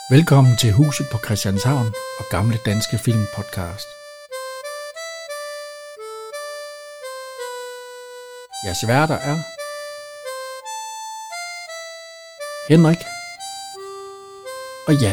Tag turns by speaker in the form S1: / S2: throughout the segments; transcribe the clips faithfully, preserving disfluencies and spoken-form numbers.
S1: Velkommen til Huset på Christianshavn og Gamle Danske Film Podcast. Jeres værter er Henrik og Jan.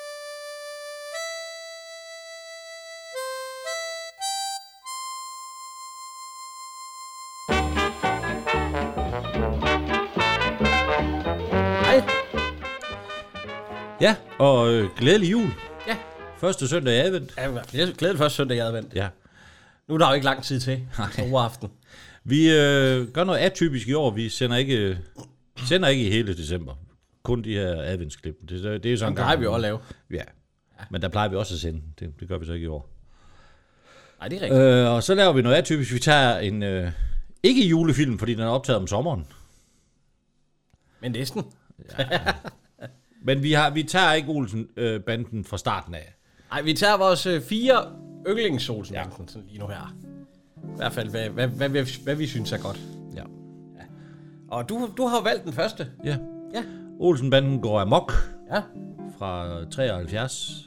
S2: Ja, og øh, glædelig jul.
S3: Ja.
S2: Første søndag i advent.
S3: Ja, glædelig første søndag i advent.
S2: Ja.
S3: Nu er der jo ikke lang tid til. Store aften.
S2: Vi øh, gør noget atypisk i år. Vi sender ikke, øh, sender ikke i hele december. Kun de her adventsklip. Det, det er jo sådan
S3: Det plejer vi også at lave.
S2: Ja. ja, men der plejer vi også at sende. Det, det gør vi så ikke i år.
S3: Nej, det er rigtigt.
S2: Øh, og så laver vi noget atypisk. Vi tager en øh, ikke julefilm, fordi den er optaget om sommeren.
S3: Men næsten.
S2: Ja. Men vi, har, vi tager ikke Olsen-banden øh, fra starten af.
S3: Nej, vi tager vores øh, fire yndlings-Olsen ja. sådan lige nu her. I hvert fald, hvad, hvad, hvad, hvad, hvad vi synes er godt.
S2: Ja.
S3: ja. Og du, du har valgt den første.
S2: Ja.
S3: Ja.
S2: Olsen-banden går amok.
S3: Ja.
S2: Fra treoghalvfjerds.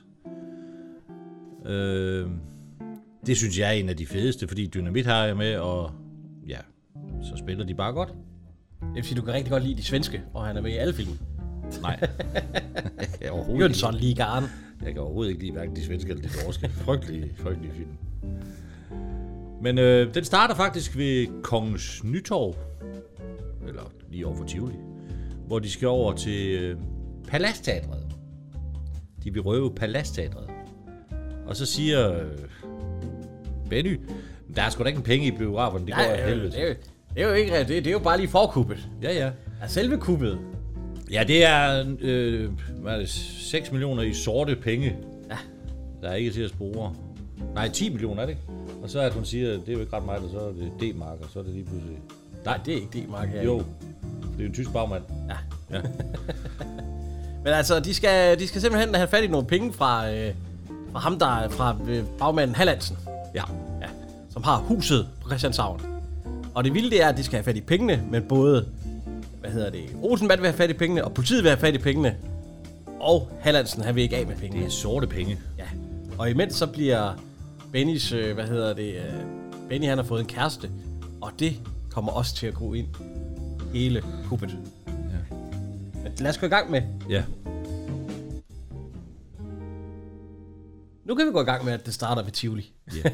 S2: Øh, det synes jeg er en af de fedeste, fordi Dynamit har jeg med, og ja, så spiller de bare godt.
S3: Det vil sige, du kan rigtig godt lide de svenske, og han er med i alle filmen.
S2: Nej. jeg overhovedet
S3: Jønsson Ligaen.
S2: Jeg kan overhovedet ikke lide hverken de svenske eller de norske. Frygtelige, frygtelige film. Men øh, den starter faktisk ved Kongens Nytorv. Eller lige over for Tivoli. Hvor de skal over til øh, Paladsteatret. De vil røve Paladsteatret. Og så siger øh, Benny, der er sgu da ikke en penge i biograferne. Det går af helvede.
S3: Det er, jo, det er jo ikke det, det er jo bare lige forkuppet.
S2: Ja, ja.
S3: Ja, selve kuppet.
S2: Ja, det er, øh, hvad er det, seks millioner i sorte penge.
S3: Ja. Der
S2: er ikke til at spore. Nej, ti millioner er det ikke? Og så at hun siger, at det er jo ikke ret meget, og så er det D-mark, og så er det lige pludselig...
S3: Nej, det er ikke D-mark her.
S2: Jo, det er jo en tysk bagmand.
S3: Ja.
S2: ja.
S3: Men altså, de skal, de skal simpelthen have fat i nogle penge fra, øh, fra ham, der er fra øh, bagmanden Hallandsen.
S2: Ja.
S3: ja. Som har huset på Christianshavn. Og det vilde det er, at de skal have fat i pengene, men både... Hvad hedder det? Olsenbanden vil have fat i pengene, og politiet vil have fat i pengene. Og Hallandsen, han vil ikke af med pengene.
S2: Det er sorte penge.
S3: Ja. Og imens så bliver Bennys, øh, hvad hedder det? Øh, Benny, han har fået en kæreste. Og det kommer også til at gå ind hele kuppet. Ja. Men lad os gå i gang med.
S2: Ja.
S3: Nu kan vi gå i gang med, at det starter ved Tivoli. Ja.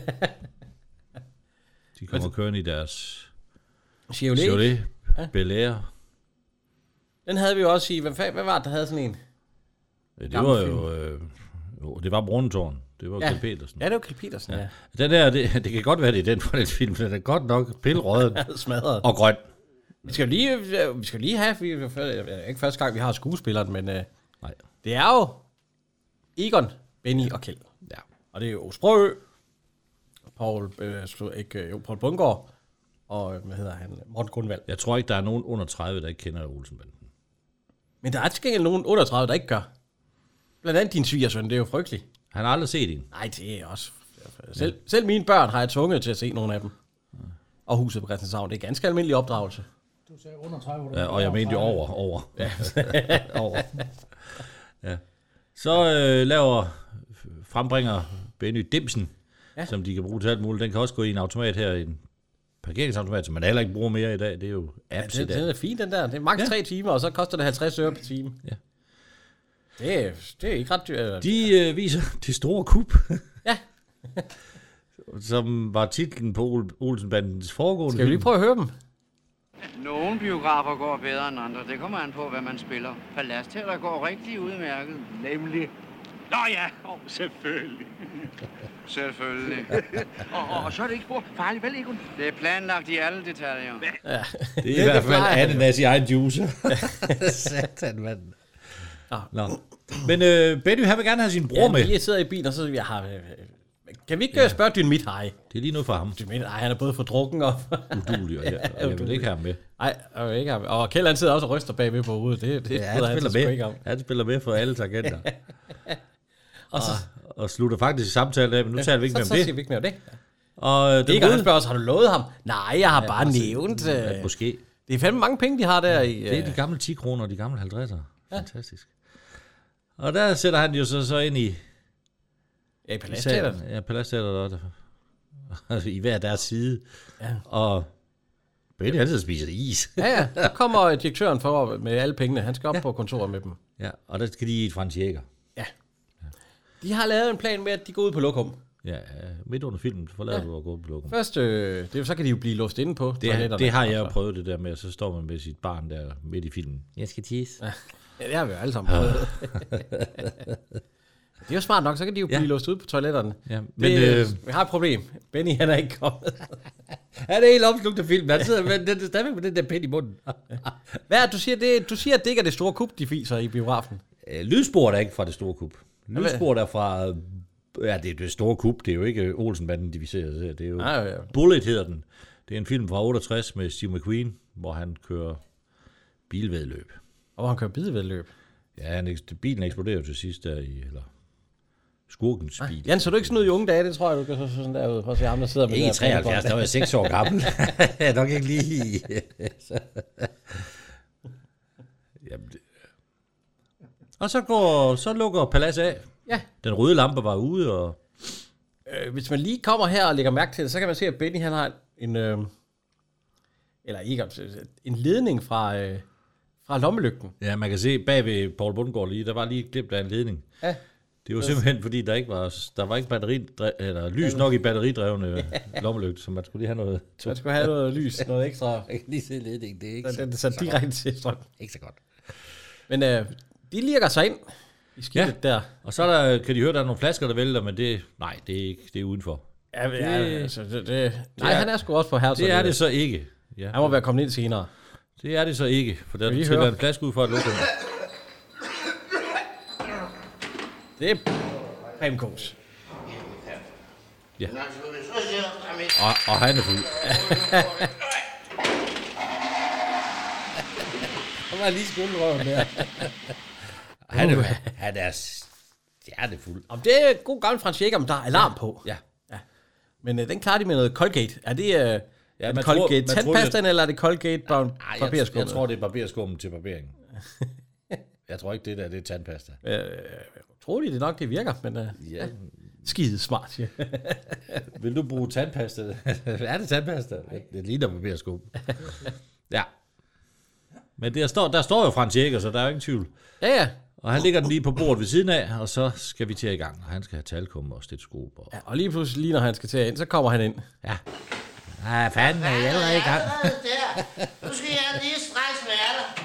S2: De kommer kørende i deres
S3: Chevrolet.
S2: Chevrolet. Ja. Bel Air.
S3: Den havde vi jo også i, hvad, hvad var det, der havde sådan en?
S2: Ja, det var jo, øh, jo, det var Brundetårn. Det var
S3: ja.
S2: Kjeld Petersen.
S3: Ja, det var Kjeld Petersen, ja. ja.
S2: Den der, det, det kan godt være, det er den for den film, den er godt nok pillerød
S3: smadret
S2: og grøn.
S3: Vi skal lige, vi skal lige have, vi, ikke første gang, vi har skuespilleren, men øh,
S2: nej.
S3: Det er jo Egon, Benny og Kjeld.
S2: Ja.
S3: Og det er jo Sprø, Paul, øh, ikke, jo, Paul Bundgaard, og hvad hedder han, Morten Grundvald.
S2: Jeg tror ikke, der er nogen under tredive, der ikke kender Olsenbanden.
S3: Men der er til gengæld nogen under tredive, der ikke gør. Blandt andet din svigersøn, det er jo frygteligt.
S2: Han har aldrig set en.
S3: Nej, det er også... Selv, ja. selv mine børn har jeg tvunget til at se nogle af dem. Ja. Og Huset på Christianshavn, det er ganske almindelig opdragelse.
S1: Du sagde under tredive.
S2: Ja, og jeg mente jo over, over. Ja. over. Ja. Så øh, laver, frembringer Benny dimsen, ja. Som de kan bruge til alt muligt. Den kan også gå i en automat her, en parkeringsautomat, som man heller ikke bruger mere i dag. Det er jo apps
S3: ja,
S2: det,
S3: i dag. Den er fin, den der. Det er maks ja. tre timer, og så koster det halvtreds øre per time.
S2: Ja.
S3: Det er, det er ikke ret dyrt.
S2: De øh, viser det store kup.
S3: Ja.
S2: Som var titlen på Olsenbandens foregående.
S3: Skal vi lige prøve at høre dem?
S4: Nogle biografer går bedre end andre. Det kommer an på, hvad man spiller. Paladsteatret går rigtig udmærket.
S5: Nemlig. Nå ja, oh, selvfølgelig.
S4: Selvfølgelig.
S5: og, og, og så er det ikke spor farligt, vel, Egon?
S4: Det er planlagt i alle detaljer.
S2: Ja. Det er i hvert fald ananas i egen juice. Satan, mand. Nå. Men øh, Benny, han vil gerne have sin bror
S3: ja,
S2: med.
S3: Jeg sidder i bilen, og så jeg har... Øh, kan vi ikke ja. spørge Dynamit hej?
S2: Det er lige noget for ham.
S3: Dynamit, ej, han er både for drukken og...
S2: udulig, og jeg, og jeg vil ikke have ham med.
S3: Nej, jeg vil ikke have ham. Og Kjeld, han sidder også og ryster bagved på hovedet. Det, det
S2: ja, han, han spiller med. Om. Han spiller med for alle tangenter. og, så, og, og slutter faktisk samtalen af, men nu ja, taler vi ikke
S3: så,
S2: mere om
S3: så
S2: det.
S3: Så siger vi ikke mere om det.
S2: Og
S3: det er ikke, han spørger os, har du lovet ham? Nej, jeg har ja, bare altså, nævnt...
S2: Ja, måske.
S3: Det er fandme mange penge, de har der i...
S2: Det er de gamle ti kroner og de gamle halvtredser. Ja. Fantastisk. Og der sætter han jo så, så ind i...
S3: Ja, i Paladsteateret.
S2: Ja, Paladsteateret. Altså, i hver deres side.
S3: Ja.
S2: Og Benny altid spiser is.
S3: Ja, ja. Der kommer direktøren for med alle pengene. Han skal op ja. på kontoret med dem.
S2: Ja, og der skal de i et Frans Jæger.
S3: Ja. De har lavet en plan med, at de går ud på lokum.
S2: Ja, midt under filmen forlader ja. du at gå ud på lokum.
S3: Først, øh, det, så kan de jo blive låst inde på.
S2: Det, det har jeg jo prøvet det der med, så står man med sit barn der midt i filmen. Jeg skal tisse.
S3: Ja, ja det har vi jo alle sammen prøvet. Det er jo smart nok, så kan de jo blive ja. låst ud på toiletterne. Ja, men det, øh, vi har et problem. Benny, han er ikke kommet.
S2: Han er helt opslugt af filmen. Han sidder med den, stadigvæk med den der pind i munden.
S3: Hvad er du siger? Det, du siger, at det ikke er det store kup, de fiser i biografen.
S2: Øh, lydspor er ikke fra det store kup. Lydspor er fra... Ja, det er det store kup. Det er jo ikke Olsenbanden, de vi ser. Det er jo
S3: ah, ja, ja.
S2: Bullet hedder den. Det er en film fra otteogtres med Steve McQueen, hvor han kører bilvedløb.
S3: Og hvor han kører bilvedløb?
S2: Ja, han, bilen eksploderer til sidst der i... Eller, Skurkens bil.
S3: Ah, Jan, så du ikke sådan ud i unge dage, det tror jeg, du kan så sådan derude. Prøv at se ham, der sidder med...
S2: Ikke i treoghalvfjerds, der var jeg seks år gammel. Jeg er nok ikke lige... Jamen, det... Og så, går, så lukker Palads af.
S3: Ja.
S2: Den røde lampe var ude, og...
S3: Øh, hvis man lige kommer her og lægger mærke til det, så kan man se, at Benny, han har en... Øh, eller ikke, en ledning fra, øh, fra lommelygten.
S2: Ja, man kan se bag ved Poul Bundgaard lige, der var lige glimt af en ledning. Ja. Det var simpelthen, fordi der ikke var, der var ikke batteri, eller lys nok i batteridrevne lommelygte, så man skulle lige have noget...
S3: Man skulle have noget lys, noget ekstra...
S2: Jeg kan lige se ledningen, det er ikke så,
S3: det, det, så, så direkte til strøm.
S2: Ikke så godt.
S3: Men øh, de ligger sig ind i skidtet ja. der.
S2: Og så der, kan de høre, der er nogle flasker, der vælter, men det, nej, det er ikke, det er udenfor.
S3: Ja, det, ja altså, det, det, nej, det er, han er sgu også på her.
S2: Det er det så ikke.
S3: Ja. Han må være kommet ind senere.
S2: Det er det så ikke, for der er triller en flaske ud for at lukke den.
S3: Det er Premkos.
S2: Ja. Og, og han er fuld.
S3: Han var lige skulderøven der.
S2: Han er, han er stjernefuld.
S3: Om det er god gammel Frans Jæger, men der er alarm på.
S2: Ja.
S3: ja. Men uh, den klarer de med noget Colgate. Er det uh, ja, er Colgate tandpastaen, eller er det Colgate barberskum?
S2: Jeg tror, det er barberskum til barberingen. Jeg tror ikke, det der det er tandpasta.
S3: Jeg tror det nok, det virker, men uh, ja. skide smart. Ja.
S2: Vil du bruge tandpasta? Er det tandpasta? Det ligner barberskum. Ja. Men der står, der står jo Frans Jæger, så der er jo ingen tvivl.
S3: Ja, ja.
S2: Og han ligger den lige på bordet ved siden af, og så skal vi til i gang. Og han skal have talkum og stetoskop. Og...
S3: Ja, og lige pludselig, lige når han skal til ind, så kommer han ind.
S2: Ja. Nej, fanden er jeg allerede i gang.
S6: Nu skal jeg lige straks være der.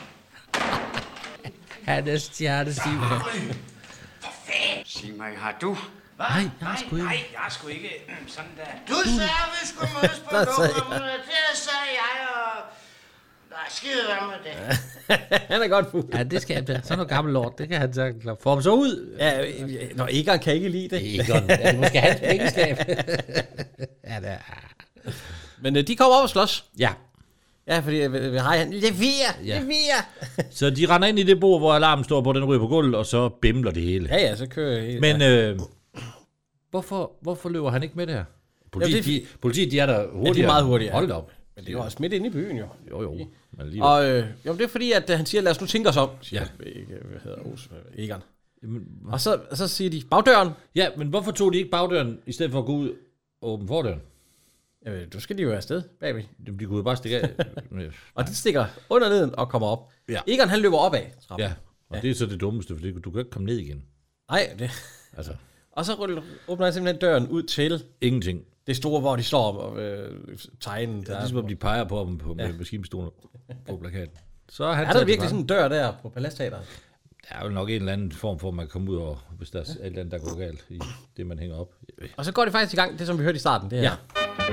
S2: Han er stjernestiv.
S4: For fanden. Sig mig, har du?
S2: Nej, jeg har sgu ikke.
S5: Nej, jeg har sgu ikke sådan der.
S6: Du sagde, at vi skulle mødes på lokummet. Det sagde jeg, og... Nej, skide hvad med det.
S3: Han er godt fuld.
S2: Ja, det skal jeg da. Sådan noget gammel lort, det kan han så klare. Få ham så ud.
S3: Ja, når Egon kan ikke lide det.
S2: Egon, er det måske hans pengeskab? Ja, det er...
S3: Men de kommer op og slås.
S2: Ja.
S3: Ja, fordi vi har han. Levere,
S2: ja.
S3: levere.
S2: Så de render ind i det bord, hvor alarmen står på, den ryger på gulvet, og så bimler det hele.
S3: Ja, ja, så kører hele.
S2: Men øh, hvorfor, hvorfor løber han ikke med der? Politiet, ja, det, de, politiet, de er der hurtigere.
S3: Ja, de er meget hurtigere.
S2: Hold da op.
S3: Men det er jo også midt inde i byen, jo.
S2: Jo, jo. Men
S3: og øh, jo, det er fordi, at han siger, lad os nu tænke os om. Siger, ja. Hvad hedder Ose? Egon. Jamen, og så, så siger de, bagdøren.
S2: Ja, men hvorfor tog de ikke bagdøren, i stedet for at gå ud og åbne fordøren?
S3: Jamen, du skal de jo afsted, baby.
S2: De kunne jo bare stikke af.
S3: Og de stikker under neden og kommer op. Ja. Egon, han løber opad trappen.
S2: Ja, og ja. Det er så det dummeste, for du kan ikke komme ned igen.
S3: Nej, det...
S2: Altså.
S3: Og så åbner han simpelthen døren ud til...
S2: Ingenting.
S3: Det store, hvor de står og øh, tegner.
S2: Det er ligesom, om de peger på dem på, ja. Med maskinpistoler på plakaten. Så er, han
S3: er der virkelig sådan en dør der på Paladsteateret?
S2: Der er jo nok en eller anden form for, at man kan komme ud og, hvis der er et eller andet, der går galt i det, man hænger op.
S3: Og så går det faktisk i gang, det som vi hørte i starten. Det her. Ja.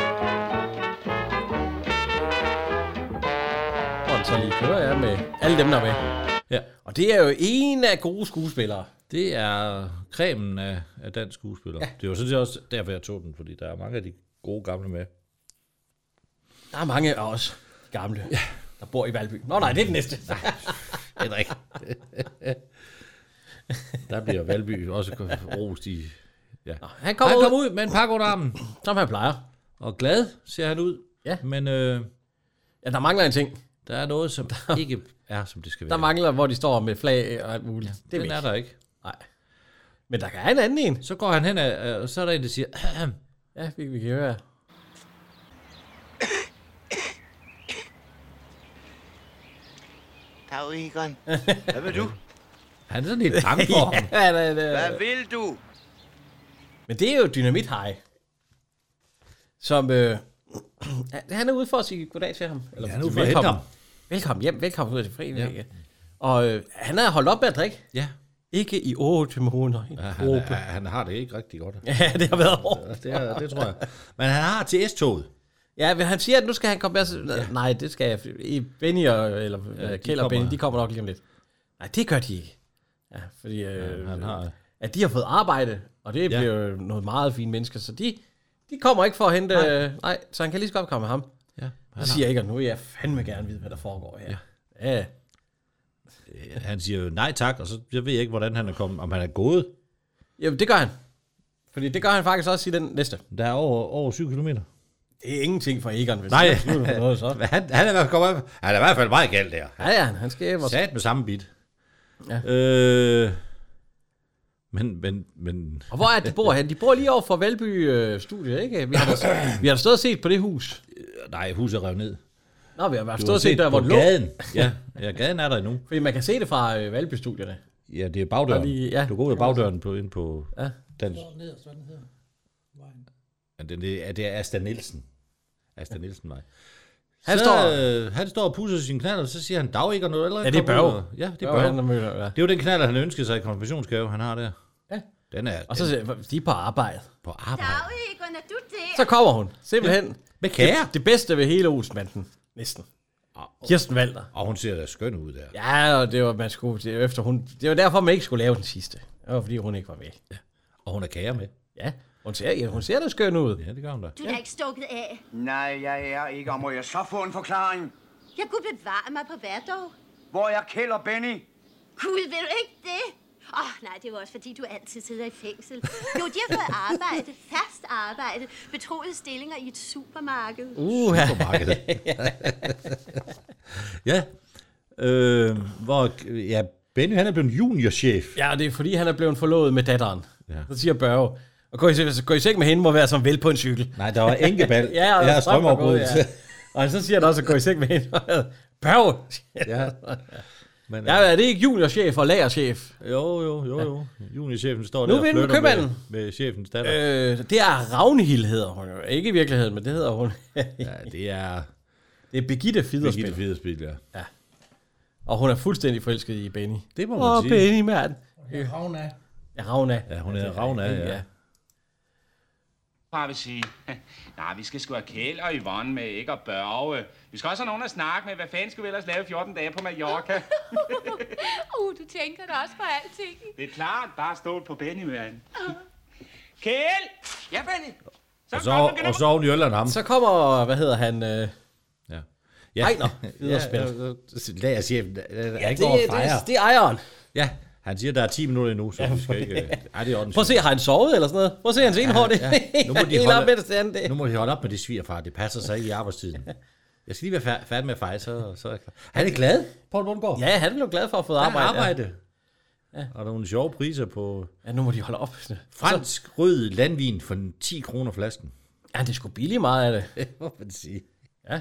S3: Og så lige kører jeg med alle dem, der er med. Ja. Og det er jo en af gode skuespillere.
S2: Det er cremen af, af dansk skuespillere. Ja. Det er jo sådan set også derfor, jeg tog den, fordi der er mange af de gode gamle med.
S3: Der er mange af os gamle, ja. Der bor i Valby. Nå nej, det er den næste.
S2: Nej, Henrik. Der bliver Valby også rost i... Ja. Nå,
S3: han kommer
S2: han
S3: ud.
S2: Kom ud med en pakke under armen.
S3: Som han plejer.
S2: Og glad ser han ud.
S3: Ja.
S2: Men øh,
S3: ja, der mangler en ting.
S2: Der er noget, som der, ikke er, som det skal være.
S3: Der mangler, hvor de står med flag og alt muligt.
S2: Ja, det den er der ikke.
S3: Nej. Men der er en anden en.
S2: Så går han hen, og så er der en, der siger...
S3: Ja, vi, vi kan høre.
S6: Dag, Egon. Hvad vil du?
S2: Han er sådan lidt bange for ham.
S3: Ja, det, det,
S6: Hvad vil du?
S3: Men det er jo Dynamit Hej. Som... Øh, han er ude for at sige goddag til ham. Eller,
S2: Ja, han er ude for at hente ham.
S3: Velkommen hjem, velkommen ud til fri. Ja. Og øh, han er holdt op med at drikke.
S2: Ja.
S3: Ikke i otte måneder.
S2: Ja, han, er, han har det ikke rigtig godt.
S3: Ja, det har været hårdt.
S2: Det, er, det tror jeg. Men han har til S-toget.
S3: Ja, men han siger, at nu skal han komme med. Ja. Nej, det skal jeg. I Benny og, eller ja, Kjeld og Benny, de kommer nok lige om lidt. Nej, det gør de ikke. Ja, fordi øh,
S2: ja, han har...
S3: at de har fået arbejde, og det bliver jo ja. noget meget fine mennesker, så de, de kommer ikke for at hente... Nej, øh, nej så han kan lige så godt komme med ham. Ja, han så siger ikke, at nu vil jeg fandme gerne vide, hvad der foregår her. Ja. ja.
S2: Han siger jo nej tak, og så jeg ved jeg ikke, hvordan han er kommet, om han er gået.
S3: Jamen, det gør han. Fordi det gør han faktisk også i den næste.
S2: Der er over, over syv kilometer.
S3: Det er ingenting for Egon, hvis
S2: nej,
S3: han er noget, så.
S2: han, han, er kommet, han er i hvert fald meget galt der.
S3: Ja, ja, han skal hjem.
S2: Sat med samme bit. Ja. Øh, men, men, men...
S3: Og hvor er det, de bor hen? De bor lige over for Valby øh, Studiet, ikke? Vi har, da, vi har da stået og set på det hus.
S2: Nej, huset er revet ned.
S3: Nå, vi har været stået og set der, hvor det lå.
S2: Gaden. Ja, ja, gaden er der endnu.
S3: Fordi man kan se det fra øh, Valby-studierne.
S2: Ja, det er bagdøren. Lige, ja. Du går ud af bagdøren på, ind på
S3: ja.
S2: den. Ja, det, er, det er Asta Nielsen. Asta Nielsen vej. Han, så, står, øh, han står og pusser sin knald, og så siger han, dag ikke noget, eller?
S3: Ja, det er Børge.
S2: Ja, det er Børge. Han, ja. Det er jo den knald, han ønskede sig i konfirmationsgave, han har der.
S3: Ja.
S2: Den er,
S3: og så siger de er på arbejde.
S2: På arbejde.
S7: Dag, Egon, er du der?
S3: Så kommer hun, simpelthen. Ja.
S2: Med kære.
S3: Det, det bedste ved hele Olsmanden, næsten. Kirsten Walter.
S2: Og hun ser da skøn ud der.
S3: Ja, og det var, man skulle, det, efter hun, det var derfor, man ikke skulle lave den sidste. Det var, fordi hun ikke var med.
S2: Ja. Og hun er kære med.
S3: Ja, hun ser, ja, hun ser da skøn ud.
S2: Ja, det gør hun da.
S7: Du er ja. ikke stukket af.
S6: Nej, jeg er ikke, og må jeg så få en forklaring?
S7: Jeg kunne bevare mig på hvad dog?
S6: Hvor er Kjeld og Benny?
S7: Gud, vil du ikke det? Åh, oh, nej, det var også fordi, du altid sidder i fængsel. Jo, de har fået arbejde, fast arbejde, betroede stillinger i et supermarked.
S3: Uh,
S2: supermarked. Ja, øh, hvor, ja, Benny, han er blevet juniorchef.
S3: Ja, det er fordi, han er blevet forlovet med datteren.
S2: Ja.
S3: Så siger Børge, og gå i, gå i seng med hende, må være som vel på en cykel.
S2: Nej, der var enkebal.
S3: Ja, og der er strømafbrydelse. Ja. Og så siger han også, at gå i seng med hende. Børge!
S2: Ja.
S3: Men, ja, er det ikke juniorchef og lagerchef?
S2: Jo, jo, jo, jo. Juniorchefen står
S3: nu
S2: der og flytter med,
S3: med,
S2: med chefens datter.
S3: Øh, det er Ragnhild, hedder hun jo. Ikke i virkeligheden, men det hedder hun.
S2: Ja, det er...
S3: Det er Birgitte Fiderspil.
S2: Birgitte Fiderspil, ja.
S3: ja. Og hun er fuldstændig forelsket i Benny.
S2: Det må man
S3: Åh,
S2: sige.
S3: Åh, Benny, mand.
S1: Ja, Ravna.
S3: Ja, Ravna.
S2: Ja, hun er Ravna, ja. ja.
S5: Bare vil sige, nej, vi skal sgu have Kjeld og Yvonne med, ikke, og Børge. Vi skal også have nogen at snakke med. Hvad fanden skal vi ellers lave fjorten dage på Mallorca?
S7: uh, du tænker da også på alting.
S5: Det er klart, bare stå på Benny, mand. Kjeld!
S6: Ja, Benny.
S2: Så og, så, og så oven i Jylland ham.
S3: Så kommer, hvad hedder han? Øh...
S2: Ja. Ja.
S3: Ejner.
S2: Ja, lagerchefen.
S3: Ja, det, det, det er ejeren.
S2: Ja. Han siger, der er ti minutter endnu, så vi skal ikke... Ej, det er ordentligt.
S3: Prøv at se, har han sovet eller sådan noget? Prøv at se, hans ene hår, det
S2: ja. Nu, må de holde,
S3: det.
S2: nu må de holde op med det svigerfar. Det passer sig ikke i arbejdstiden. Jeg skal lige være færdig med at feje, så, så er jeg klar. Han er glad, Poul Bundgaard.
S3: Ja, han er jo glad for at få arbejde.
S2: arbejde. Ja. Ja. Og der er nogle sjove priser på...
S3: Ja, nu må de holde op.
S2: Fransk så... rød landvin for ti kroner flasken.
S3: Ja, det er sgu billigt meget af det.
S2: Det må man sige.
S3: Ja.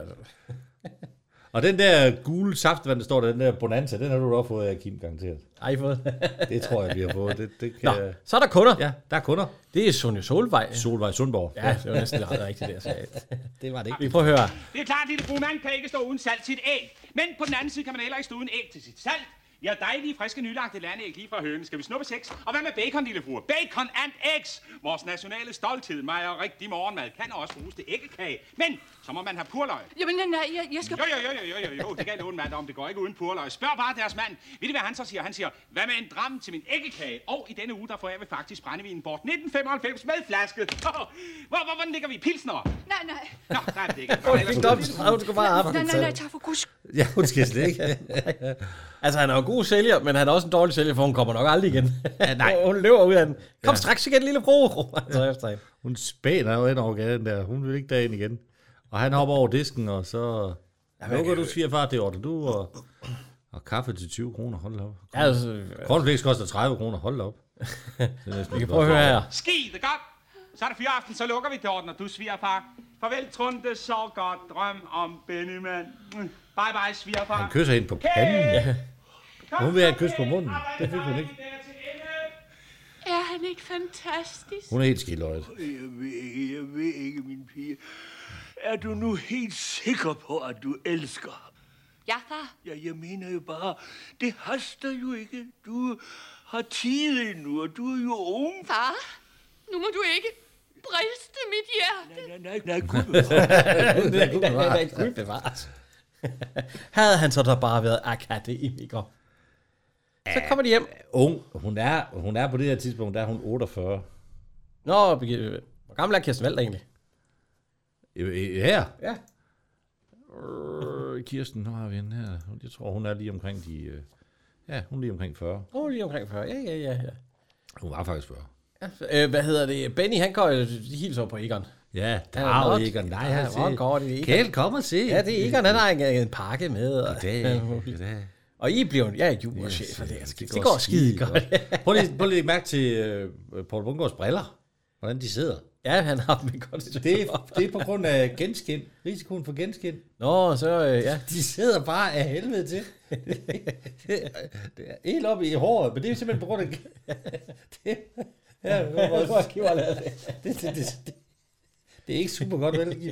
S2: Og den der gule saftevand, der står der, den der Bonanza, den har du også fået af Kim, garanteret.
S3: Ej, fået.
S2: Det tror jeg, vi har fået. Det, det kan...
S3: Nå, så er der kunder.
S2: Ja, der er kunder.
S3: Det er Sonja Solvej.
S2: Solvej Sundborg.
S3: Ja, det var næsten det rigtigt, det jeg sagde.
S2: Det var det ikke.
S3: Vi prøver at høre.
S5: Det er klart, lille fru, man kan ikke stå uden salt til et æg. Men på den anden side kan man heller ikke stå uden æg til sit salt. Vi har dejlige, friske, nylagte landæg lige fra hønen. Skal vi snuppe seks? Og hvad med bacon, lille fru? Bacon and eggs! Vores nationale stolthed, mig og rigtig morgenmad, kan også bruges til æggekage. Men så må man have purløg.
S7: Jamen, nej, jeg, jeg skal...
S5: Jo, jo, jo, jo, jo, jo, jo, det kan jeg låne mand om. Det går ikke uden purløg. Spørg bare deres mand. Ved I, hvad han så siger? Han siger, hvad med en dram til min æggekage? Og i denne uge, der får jeg faktisk brændevinen bort. nitten femoghalvfems med flaske. Hvor, hvor, hvordan ligger vi? Pilsner?
S7: Nej, nej.
S5: Nå, nej, det er ikke.
S3: Hun fik op, hun skulle bare arbejde.
S7: Nej, nej, nej, tak for guds.
S2: Ja, hun skal slet ikke.
S3: Altså, han er jo en god sælger, men han er også en dårlig sælger, for hun kommer nok aldrig igen.
S2: Ja, nej.
S3: Hun løber ud af den. Kom
S2: ja.
S3: straks igen, lille fru. Altså, efter hende.
S2: Hun spæner jo ind over gaden der. Hun vil ikke derind igen. Og han hopper over disken, og så... Ja, lukker du svigerfar, det ordner du, og... Og kaffe til tyve kroner, hold da op.
S3: Ja, altså,
S2: Cornflakes koster tredive kroner, hold da op.
S3: Vi kan prøve at høre her.
S5: Skide godt! Så er det fyraften, så lukker vi døren, og du svigerfar. Farvel, Trunte, så godt. Drøm om Bennyman. Bye bye, svigerfar.
S2: Han kysser hende på panden.
S3: Ja.
S2: Hun vil have et kys på munden. Det fik hun ikke.
S7: Er han ikke fantastisk?
S2: Hun er helt skildøjet.
S6: Jeg ved ikke, jeg ved ikke, min pige. Er du nu helt sikker på, at du elsker?
S7: Ja, far.
S6: Ja, jeg mener jo bare, det haster jo ikke. Du har tid endnu, og du er jo ung.
S7: Far, nu må du ikke briste mit hjerte.
S6: Nej, nej, nej, Gud
S3: Nej, Gud bevares. Havde han så da bare været akademiker. Så kommer de hjem.
S2: Ung. Hun er, hun er på det her tidspunkt, der er hun otteogfyrre.
S3: Nå, hvor gammel er Kirsten Walther egentlig?
S2: Her?
S3: Ja.
S2: Øh, Kirsten, nu har vi hende her. Jeg tror, hun er lige omkring de... Øh, ja, hun er lige omkring fyrre.
S3: Åh, oh, lige omkring fyrre. Ja, ja, ja. ja.
S2: Hun var faktisk fyrre.
S3: Ja, øh, hvad hedder det? Benny, han går jo helt så på Egon.
S2: Ja, der
S3: er
S2: er
S3: nok.
S2: Egon. Nej,
S3: Ja,
S2: han
S3: hvor går det, Egon?
S2: Kjeld, kom og se.
S3: Ja, det er Egon, han har en, en pakke med. Og,
S2: Goddag, goddag.
S3: og I bliver ja, juniorchef, og det, det, det, det går skide godt. godt.
S2: Prøv lige, prøv lige at mærke til uh, Poul Bundgaards briller. Hvordan de sidder.
S3: Ja, han har dem godt.
S2: Det er, det er på grund af genskin. Risikoen for genskin.
S3: Nå, så øh, ja.
S2: De sidder bare af helvede til. det, er, det er helt oppe i håret, men det er simpelthen på grund af... det, ja, det, det, det, det, det er ikke super godt, vel?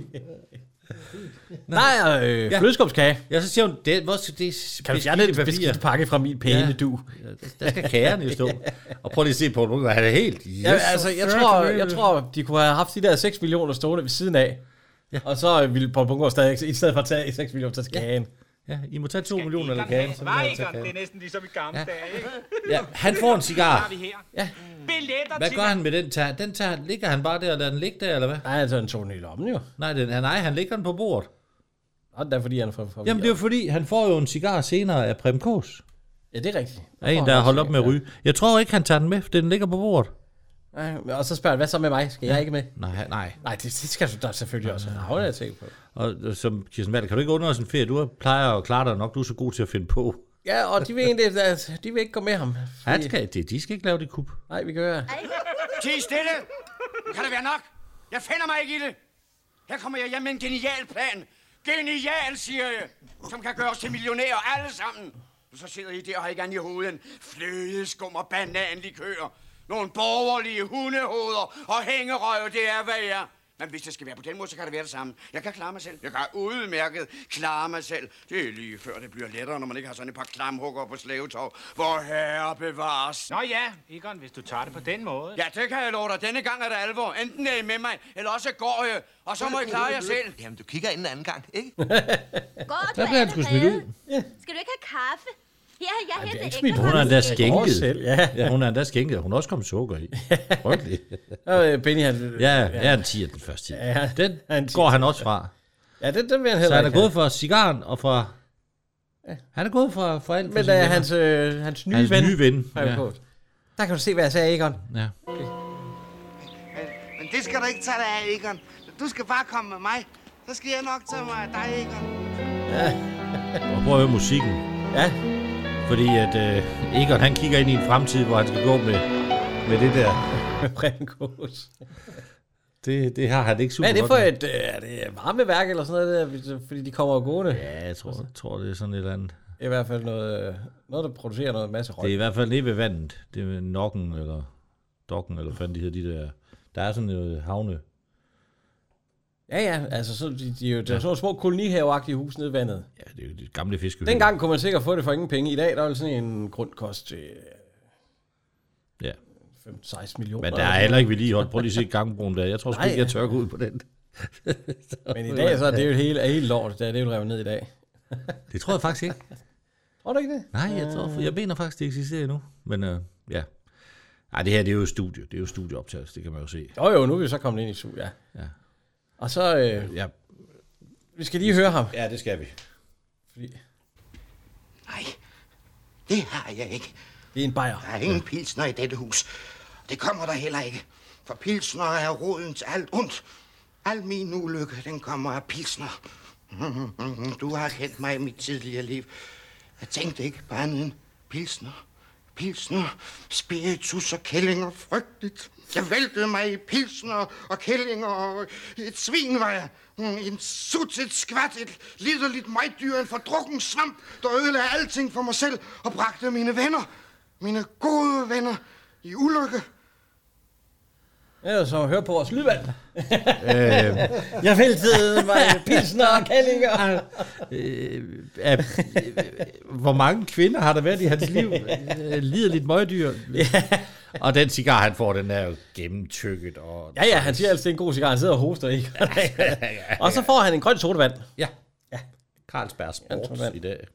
S3: Nej, øh,
S2: Ja.
S3: flødeskumskage.
S2: Ja, så siger hun, det, hvor skal det
S3: Kan du fjerne den beskidte pakke fra min pæne
S2: Ja.
S3: du?
S2: Der skal kagerne jo stå. Og prøv lige at se på, hvor han er helt... Yes,
S3: Ja, altså, jeg tror, jeg tror, de kunne have haft de der seks millioner stående ved siden af. Ja. Og så ville Poul Bundgaard stadig, i stedet for at tage seks millioner, tage kagen.
S2: Ja, I må tage to millioner eller kagen. Så vil
S5: Var
S2: jeg
S5: Egon,
S2: tage
S5: det er
S2: kagen.
S5: næsten ligesom i gamle
S2: Ja.
S5: dage, ikke?
S2: Ja, han får en
S5: Så
S2: cigar.
S5: har vi her.
S3: Ja.
S5: Billetter
S2: Hvad
S5: til
S2: gør han med den tager? Den tager, ligger han bare der, og lader den ligge der, eller hvad?
S3: Nej, altså, han tog den i lommen jo.
S2: Nej, den, nej, han ligger den på bordet.
S3: Og det er fordi, han er for, for
S2: Jamen, det er jo fordi, han får jo en cigar senere af Preben Kaas.
S3: Ja, det er rigtigt.
S2: Der er en, der har holdt op med at ryge. Jeg tror ikke, han tager den med, for den ligger på bordet.
S3: Ja, og så spørger han, hvad så med mig? Skal jeg ikke med?
S2: Nej, nej.
S3: Nej, det, det skal du da selvfølgelig også have. Jeg tænkt på.
S2: Og øh, som Kirsten Walther, kan du ikke under os en ferie? Du plejer at klare dig nok, du er så god til at finde på.
S3: Ja, og de vil egentlig, at de vil ikke gå med ham.
S2: Han skal, det, de skal ikke lave det kup.
S3: Nej, vi kan høre.
S4: Tig stille! Kan det være nok? Jeg finder mig ikke i det. Her kommer jeg hjem med en genial plan. Genial, siger jeg. Som kan gøre os til millionærer alle sammen. Så sidder I der og har ikke andet i hovedet. Flødeskum og bananlikør. Nogle borgerlige hundehoveder og hængerøv, det er hvad jeg er. Men hvis det skal være på den måde, så kan det være det samme. Jeg kan klare mig selv. Jeg kan udmærket klare mig selv. Det er lige før det bliver lettere, når man ikke har sådan et par klamhugger på slavetog. Hvor herre bevares.
S5: Nå ja, Egon, hvis du tager det på den måde.
S4: Ja, det kan jeg love dig. Denne gang er det alvor. Enten er I med mig, eller også går jeg. Og så må I klare jer selv.
S8: Jamen, du kigger ind en anden gang, ikke?
S7: Går du
S2: Der bliver han sgu smidt ud.
S7: Skal du ikke have kaffe? Her, jeg
S3: det er
S7: henter
S3: ikke
S7: ekstra
S3: smidt.
S2: Hun er
S7: kaffe.
S2: endda skænket.
S3: Selv, ja.
S2: Ja, hun er endda skænket. Hun har også kommet sukker i. Frygteligt.
S3: Og øh, Benny, han...
S2: Ja, jeg er en tier den første tid.
S3: Ja,
S2: Den
S3: han
S2: går han også fra.
S3: Ja, det, det vil han
S2: Så
S3: heller
S2: han er
S3: ikke
S2: gået fra cigaren og fra... Han er gået fra, fra alt.
S3: have.
S2: fra
S3: Men
S2: sine
S3: uh,
S2: venner.
S3: hans, øh, hans nye
S2: Hans
S3: ven...
S2: nye ven.
S3: Ja.
S2: Ja.
S3: Der kan du se, hvad jeg sagde, Egon.
S2: Ja.
S6: Men, men det skal du ikke tage dig af, Egon. Du skal bare komme med mig. Så skal jeg nok tage mig af dig, Egon.
S2: Og prøv at høre musikken.
S3: Ja.
S2: Fordi at øh, Egon, han kigger ind i en fremtid, hvor han skal gå med, med det der.
S3: Med Preben Kaas.
S2: Det, det har han ikke super
S3: Hvad er det for
S2: godt
S3: et... Øh, er det varmeværk eller sådan noget der? Fordi de kommer jo gående.
S2: med. Ja, jeg tror, tror, det er sådan et eller andet.
S3: I hvert fald noget, øh, noget der producerer noget masse røg.
S2: Det er i hvert fald nede ved vandet. Det er ved Nokken, eller Dokken, eller hvad fanden de hedder, de der. Der er sådan noget havne.
S3: Ja, ja, altså så, de, de, er jo, der er sådan nogle små kolonihaveagtige hus nede i vandet.
S2: Ja, det er jo de gamle fiskehø.
S3: Dengang kunne man sikkert få det for ingen penge. I dag der er jo sådan en grundkost til
S2: Ja.
S3: femten til seksten millioner.
S2: Men der er heller ikke vedligeholdt. Prøv lige at se gangbroen der. Jeg tror sgu
S3: Nej,
S2: ikke, jeg
S3: ja.
S2: tør gå ud på den.
S3: Men i dag så er det jo helt, er helt lort. Det er det jo revet ned i dag.
S2: Det tror jeg faktisk ikke.
S3: Tror du ikke det?
S2: Nej, jeg, tror, jeg mener faktisk, det eksisterer endnu. Men øh, ja. Ej, det her det er jo studie. Det er jo studieoptagelse, det kan man jo se.
S3: Jo jo, nu er vi så kommet ind i su, ja.
S2: Ja.
S3: Og så, øh,
S2: Ja,
S3: vi skal lige høre ham.
S2: ja det skal vi.
S3: Fordi
S6: Nej, det har jeg ikke.
S3: det er en bajer.
S6: Der er ingen pilsner i dette hus. Det kommer der heller ikke. For pilsner er roden til alt ondt. Al min ulykke, den kommer af pilsner. Du har kendt mig i mit tidligere liv. Jeg tænkte ikke bare andet end pilsner. Pilsner, spiritus og kællinger, frygteligt. Jeg væltede mig i pilsner og kællinger, og et svin var jeg. En sut, et skvat, et liderligt møgdyr, en fordrukken svamp, der ødelagde alting for mig selv og bragte mine venner, mine gode venner, i ulykke.
S3: Ja, så hør på vores lydvand. Jeg væltede mig i pilsner og kællinger.
S2: Øh, øh, hvor mange kvinder har der været i hans liv? Liderligt møgdyr. Og den cigar, han får, den er jo gennemtykket. Og
S3: Ja, ja, han siger altid, det er en god cigar. Han sidder og hoster i. Og så får han en grøn sodavand.
S2: Ja. Ja. Carlsberg Sport i dag.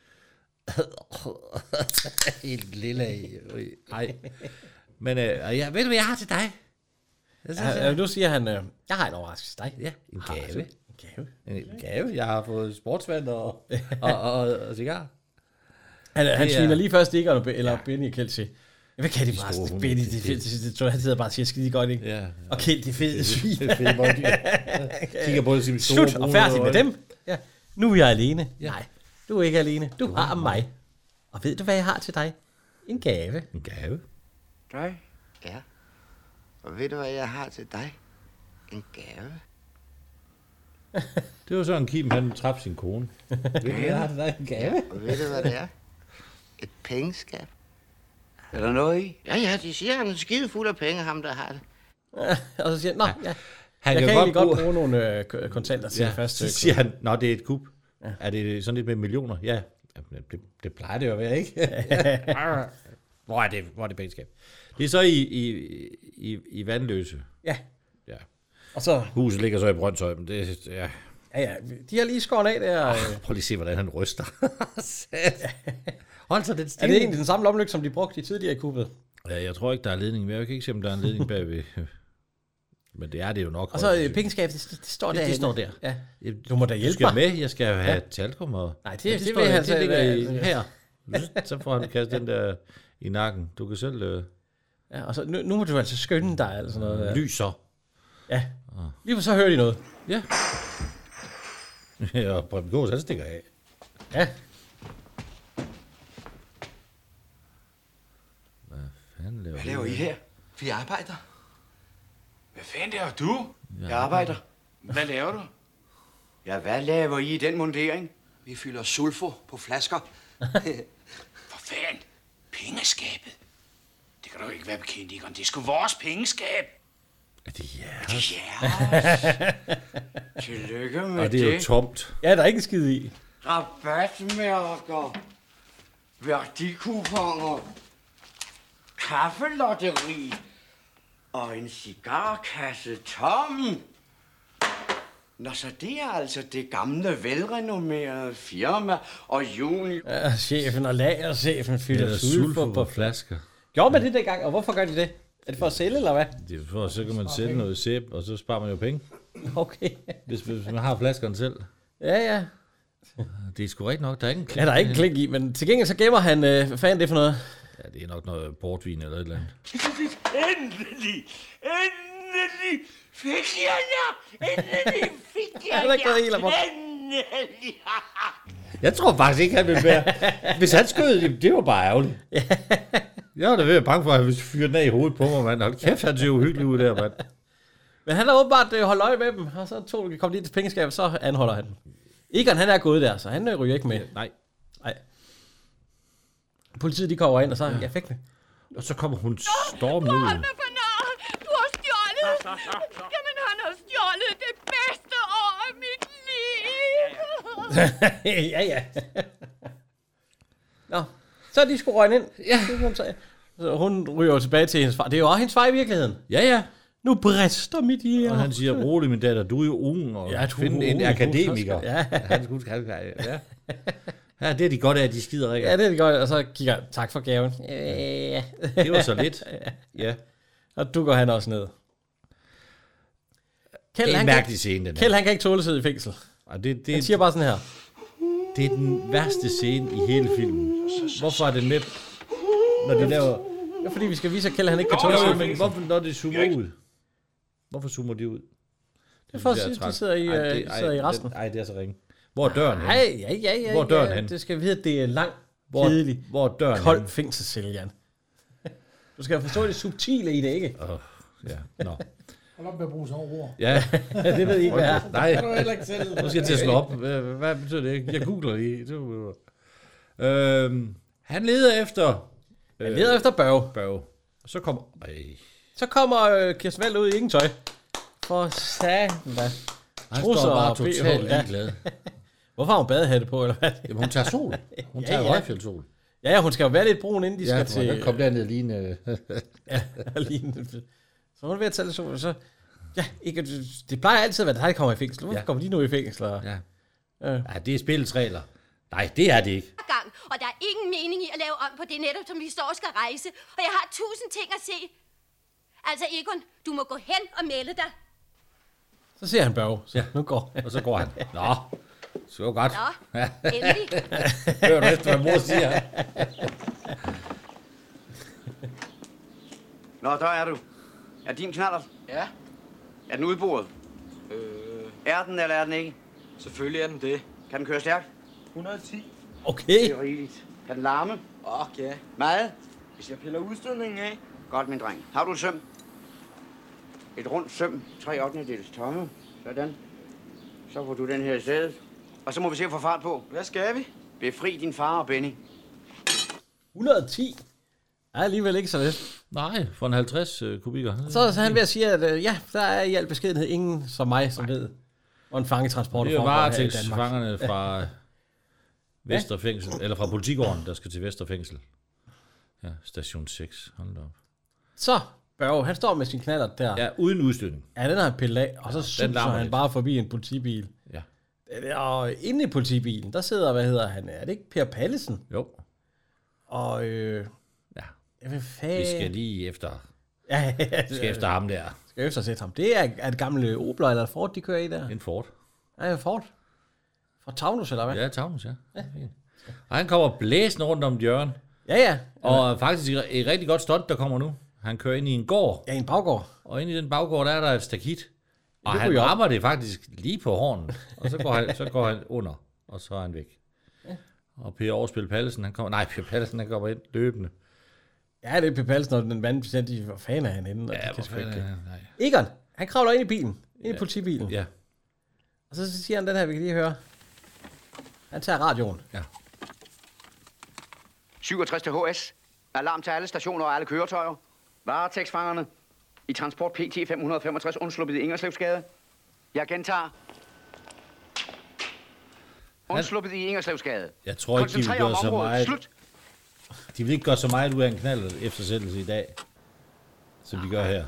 S2: Helt lille af. Nej. Men øh, ja, ved du, hvad jeg har til dig?
S3: Ja, nu siger han, øh, jeg har en overraskelse til dig.
S2: Ja, en gave.
S3: En gave.
S2: En gave. Jeg har fået sportsvand og, og, og, og cigar.
S3: Han, han
S2: Det er-
S3: sviner lige først Egon eller ja. Benny og Kjeld til. Hvad kan de bare? Benny, det er fedt. Det, det, det, han sidder bare og siger skide godt, ikke?
S2: Ja.
S3: Og Kjeld, det er fedt. Svin.
S2: Det er fedt møgdyr. Kigger på det som store
S3: Slut og færdig med dem. Ja. Nu er jeg alene.
S2: Ja.
S3: Nej, du er ikke alene. Du har mig. Og ved du, hvad jeg har til dig? En gave.
S2: En gave?
S6: Dig? Ja. Og ved du, hvad jeg har til dig? En gave.
S2: Det var sådan, Kim, han traf sin kone. Ved du, hvad jeg har til dig? En gave?
S6: Og ved du, hvad det er? Et pengeskab.
S4: Er der noget i?
S6: Ja, ja, de siger, han er skide fuld af penge, ham der har det.
S3: Og så siger han, nå, ja.
S2: Han
S3: Jeg kan,
S2: kan
S3: egentlig
S2: godt
S3: godt bruge nogle øh, k- kontanter til
S2: Ja,
S3: det første.
S2: så siger han, nå, det er et kub. Ja. Er det sådan lidt med millioner? Ja, Jamen, det, det plejer det jo at være, ikke? Hvor er det, hvor er det pengeskab? Det er så i, i, i, i Vandløse.
S3: Ja.
S2: Ja.
S3: Og så,
S2: Huset ligger så i Brøndshøj, men det ja.
S3: ja, ja, de har lige skåret af der. Øh.
S2: Prøv lige at se, hvordan han ryster. Hold så den
S3: Er
S2: stille.
S3: det egentlig den samme lommelygte, som de brugte i tidligere i kuppet?
S2: Ja, jeg tror ikke, der er ledning. Men jeg kan ikke se, om der er en ledning bagved. Men det er det jo nok.
S3: Og så øh, pengeskabet, det, det står
S2: det,
S3: der.
S2: det står der.
S3: Ja. Du må da
S2: Du
S3: hjælpe
S2: skal
S3: mig.
S2: med. Jeg skal have
S3: Ja.
S2: talkum og...
S3: Nej, det-
S2: Ja,
S3: det
S2: står
S3: vil
S2: der.
S3: han
S2: Det
S3: selv,
S2: ligger i,
S3: øh,
S2: her. Så får han kastet den der i nakken. Du kan selv... Øh,
S3: Ja, og så nu, nu må du altså skynde dig, eller sådan noget.
S2: lyser.
S3: Ja. Lige for så hører de noget.
S2: Ja. Ja, og Preben Gås, han stikker af.
S3: Ja.
S2: Hvad fanden laver
S4: Hvad laver I her?
S6: Vi arbejder.
S4: Hvad fanden laver du? Jeg arbejder. Hvad laver du? Ja, hvad laver I i den mundering?
S6: Vi fylder sulfo på flasker.
S4: For fanden, pengeskabet. Det kan du ikke være bekendt, Egon. Det er sgu vores pengeskab.
S2: Er det ja?
S4: Ja. Tillykke med
S2: Og det er jo tomt.
S3: Ja, der er ikke en skid i.
S4: Rabatmærker. Værdikuponer. Kaffelotteri. Og en cigarkasse tom. Nå, så det er altså det gamle, velrenommerede firma, og juni...
S3: Ja, chefen og lagerchefen fylder
S2: Eller
S3: sulfur
S2: sulfur
S3: på.
S2: på flasker.
S3: Gjorde man det dengang, og hvorfor gør de det? Er det for at sælge, eller hvad?
S2: Det er for, så kan man sælge noget sæbe, og så sparer man jo penge.
S3: Okay.
S2: Hvis, hvis man har flaskerne selv.
S3: Ja, ja.
S2: Det er sgu rigtigt nok. Der er ikke en klink.
S3: Ja, der er ikke en klink i, men til gengæld så gemmer han, øh, hvad fanden er det for noget?
S2: Ja, det er nok noget portvin eller et eller andet.
S4: Endelig! Endelig fik jeg jer! Endelig fik jeg jer!
S3: Han er ikke gået helt amok.
S4: Endelig!
S2: Jeg tror faktisk ikke, han ville være... Hvis han skød, det, det var bare ærgerligt. Jeg var da ved at bange for, at han ville fyre den af i hovedet på mig, mand. Hold kæft, han ser uhyggelig ud der, mand.
S3: Men han har åbenbart øh, holdt øje med dem, og så tog de kom lige til pengeskabet, så anholder han dem. Egon, han er gået der, så han øh, ryger ikke med.
S2: Nej.
S3: Nej. Politiet, de kommer ind og så, ja. Jeg fik det.
S2: Og så kommer hun stormende ud.
S7: Du har stjålet! Jamen, han har stjålet det bedste år af mit liv!
S3: ja, ja. Nå, så er de sgu røgnet ind. Ja. Så hun ryger jo tilbage til hendes far. Det er jo også hendes far i virkeligheden.
S2: Ja, ja.
S3: Nu brister mit hjerte.
S2: Og han siger, rolig min datter, du er jo ung, og
S3: Ja,
S2: ja,
S3: du
S2: finde
S3: er
S2: en
S3: ung,
S2: akademiker.
S3: du skal- ja.
S2: Han skulle, han, ja. Ja, det er de godt af, at de skider ikke.
S3: Ja, det er det godt. Og så kigger jeg, tak for gaven. Ja.
S2: Det var så lidt. Ja.
S3: Og du går han også ned. Kjeld,
S2: Det er
S3: han
S2: en
S3: kan
S2: mærkelig
S3: ikke-
S2: scene, den
S3: Kjeld,
S2: her.
S3: han kan ikke tåle at sidde i fængsel.
S2: Og det, det,
S3: Han siger bare sådan her.
S2: det er den værste scene i hele filmen. Hvorfor er det med, når de laver...
S3: Det er fordi, vi skal vise, at Kjeld han ikke kan
S2: Jo,
S3: tåle at
S2: jo,
S3: sidde i
S2: men
S3: fængsel.
S2: hvorfor når det zoomer ud? Hvorfor zoomer de ud?
S3: Det er for at
S2: synes jeg
S3: sige, at de
S2: træls.
S3: sidder i,
S2: Ej,
S3: øh,
S2: det-
S3: de sidder i
S2: ej,
S3: resten.
S2: Nej, det er så ringe. Hvor er døren henne?
S3: Nej, ja, ja, ja.
S2: Hvor er døren
S3: ja,
S2: henne?
S3: Det skal vi vide, at det er lang,
S2: Hvor,
S3: kedelig,
S2: hvor er døren
S3: kold
S2: henne?
S3: fængselscelle, Jan. Du skal forstå det subtile i det, ikke?
S2: Oh, ja, nå.
S1: Hold op med at bruge sådan ord.
S2: Ja.
S3: Det ved I ikke, hvad er.
S2: Nej,
S1: Kan du heller ikke selv?
S2: nu skal jeg til at slå op. Hvad, hvad betyder det ikke? Jeg googler lige. Øhm, han leder efter...
S3: Han leder efter Børge.
S2: Børge. Og så kommer... Ej.
S3: Så kommer øh, Kirsten Vald ud i ingen tøj. For satan, hvad?
S2: Han
S3: Trusser
S2: står bare
S3: og B H.
S2: totalt
S3: Ja.
S2: ligeglad.
S3: Hvorfor har hun badehatte på, eller hvad?
S2: Jamen, hun tager sol. Hun
S3: Ja,
S2: tager
S3: ja.
S2: højfjeldssol.
S3: Ja, ja, hun skal jo være lidt brun, inden de
S2: Ja,
S3: skal til...
S2: Kom derned lige en...
S3: ja, lige en... Så hun er ved at tage lidt sol, så... Ja, ikke, det plejer altid at være dig, der kommer i fængsel. Hvorfor
S2: Ja.
S3: kommer de nu i fængsel? Og...
S2: Ja.
S3: Ja.
S2: Ja, det er spillets regler. Nej, det er det ikke.
S7: gang, og der er ingen mening i at lave om på det netop, som vi står og skal rejse. Og jeg har tusind ting at se. Altså, Egon, du må gå hen og melde dig.
S3: Så ser han Børge. Så
S2: Ja.
S3: nu går
S2: Og så går han. Nå, så godt.
S7: Nå, endelig.
S2: Hør du efter, hvad mor siger.
S4: Nå, der er du. Er din knallert?
S8: Ja,
S4: Er den udboret?
S8: øh,
S4: Er den, eller er den ikke?
S8: selvfølgelig er den det.
S4: Kan den køre stærkt?
S8: et hundrede og ti.
S3: Okay.
S4: Det er rigeligt. Kan den larme?
S8: Åh, ja.
S4: Meget?
S8: Hvis jeg piller udstødningen af.
S4: Godt, min dreng. Har du et søm? Et rundt søm, tre ottendedels tomme. Sådan. Så får du den her i stedet. Og så må vi se at få fart på.
S8: Hvad skal vi?
S4: Befri din far og Benny.
S3: et hundrede og ti. Er alligevel ikke så lidt.
S2: Nej, for en halvtreds uh, kubikker.
S3: Så er han ved at sige, at øh, ja, der er i al beskedenhed ingen som mig, som ved, hvor en fangetransport
S2: Det er jo
S3: foregår her i Danmark.
S2: varetægtsfangerne fra Vesterfængsel, eller fra politigården, der skal til Vesterfængsel. Ja, station seks. Hold da op.
S3: Så, Børge, han står med sin knaller der. Ja,
S2: Ja, uden udstødning.
S3: ja den har han pillet af, og så suser
S2: larmer
S3: han
S2: lidt.
S3: bare forbi en politibil.
S2: Ja.
S3: Og inde i politibilen, der sidder, hvad hedder han, er det ikke Per Pallesen?
S2: Jo.
S3: Og øh,
S2: Ja.
S3: ja, hvad fanden?
S2: Vi skal lige efter,
S3: Ja, ja,
S2: vi skal efter ham der.
S3: skal eftersætte ham. Det er, er det gamle Opler eller Ford, de kører i der.
S2: En Ford.
S3: Ja, Ford. Fra Taunus, eller hvad?
S2: Ja, Taunus, ja. ja. Og han kommer blæsende rundt om et hjørne.
S3: Ja, ja.
S2: Og faktisk et rigtig godt stunt, der kommer nu. Han kører ind i en gård,
S3: Ja, i en baggård.
S2: og inde i den baggård, der er der et stakit. Og
S3: det
S2: han
S3: kunne jeg op.
S2: rammer det faktisk lige på hornen. Og så går han, så går han under, og så er han væk. Ja. Og Per Overspil Pallesen, han kommer... Nej, Per Pallesen, han kommer ind løbende.
S3: Ja, det er Per Pallesen og den vandbetjent, de var fan af hinanden. Og
S2: Ja,
S3: de kan
S2: hvor
S3: sgu
S2: fanden
S3: ikke-
S2: er han? Nej.
S3: Egon, han kravler ind i bilen. Ind i politibilen.
S2: Ja.
S3: Og så siger han den her, vi kan lige høre. Han tager radioen.
S2: Ja.
S4: syvogtres til H S. Alarm til alle stationer og alle køretøjer. Varetægtsfangerne. I transport P T fem hundrede femogtres undsluppet i Ingerslevsgade. Jeg gentager. Undsluppet i Ingerslevsgade.
S2: Jeg tror ikke, de vil
S4: Koncentrer
S2: gøre
S4: om
S2: så
S4: området.
S2: meget...
S4: Slut.
S2: De vil ikke gøre så meget ud af en knald eftersættelse i dag, som de gør her.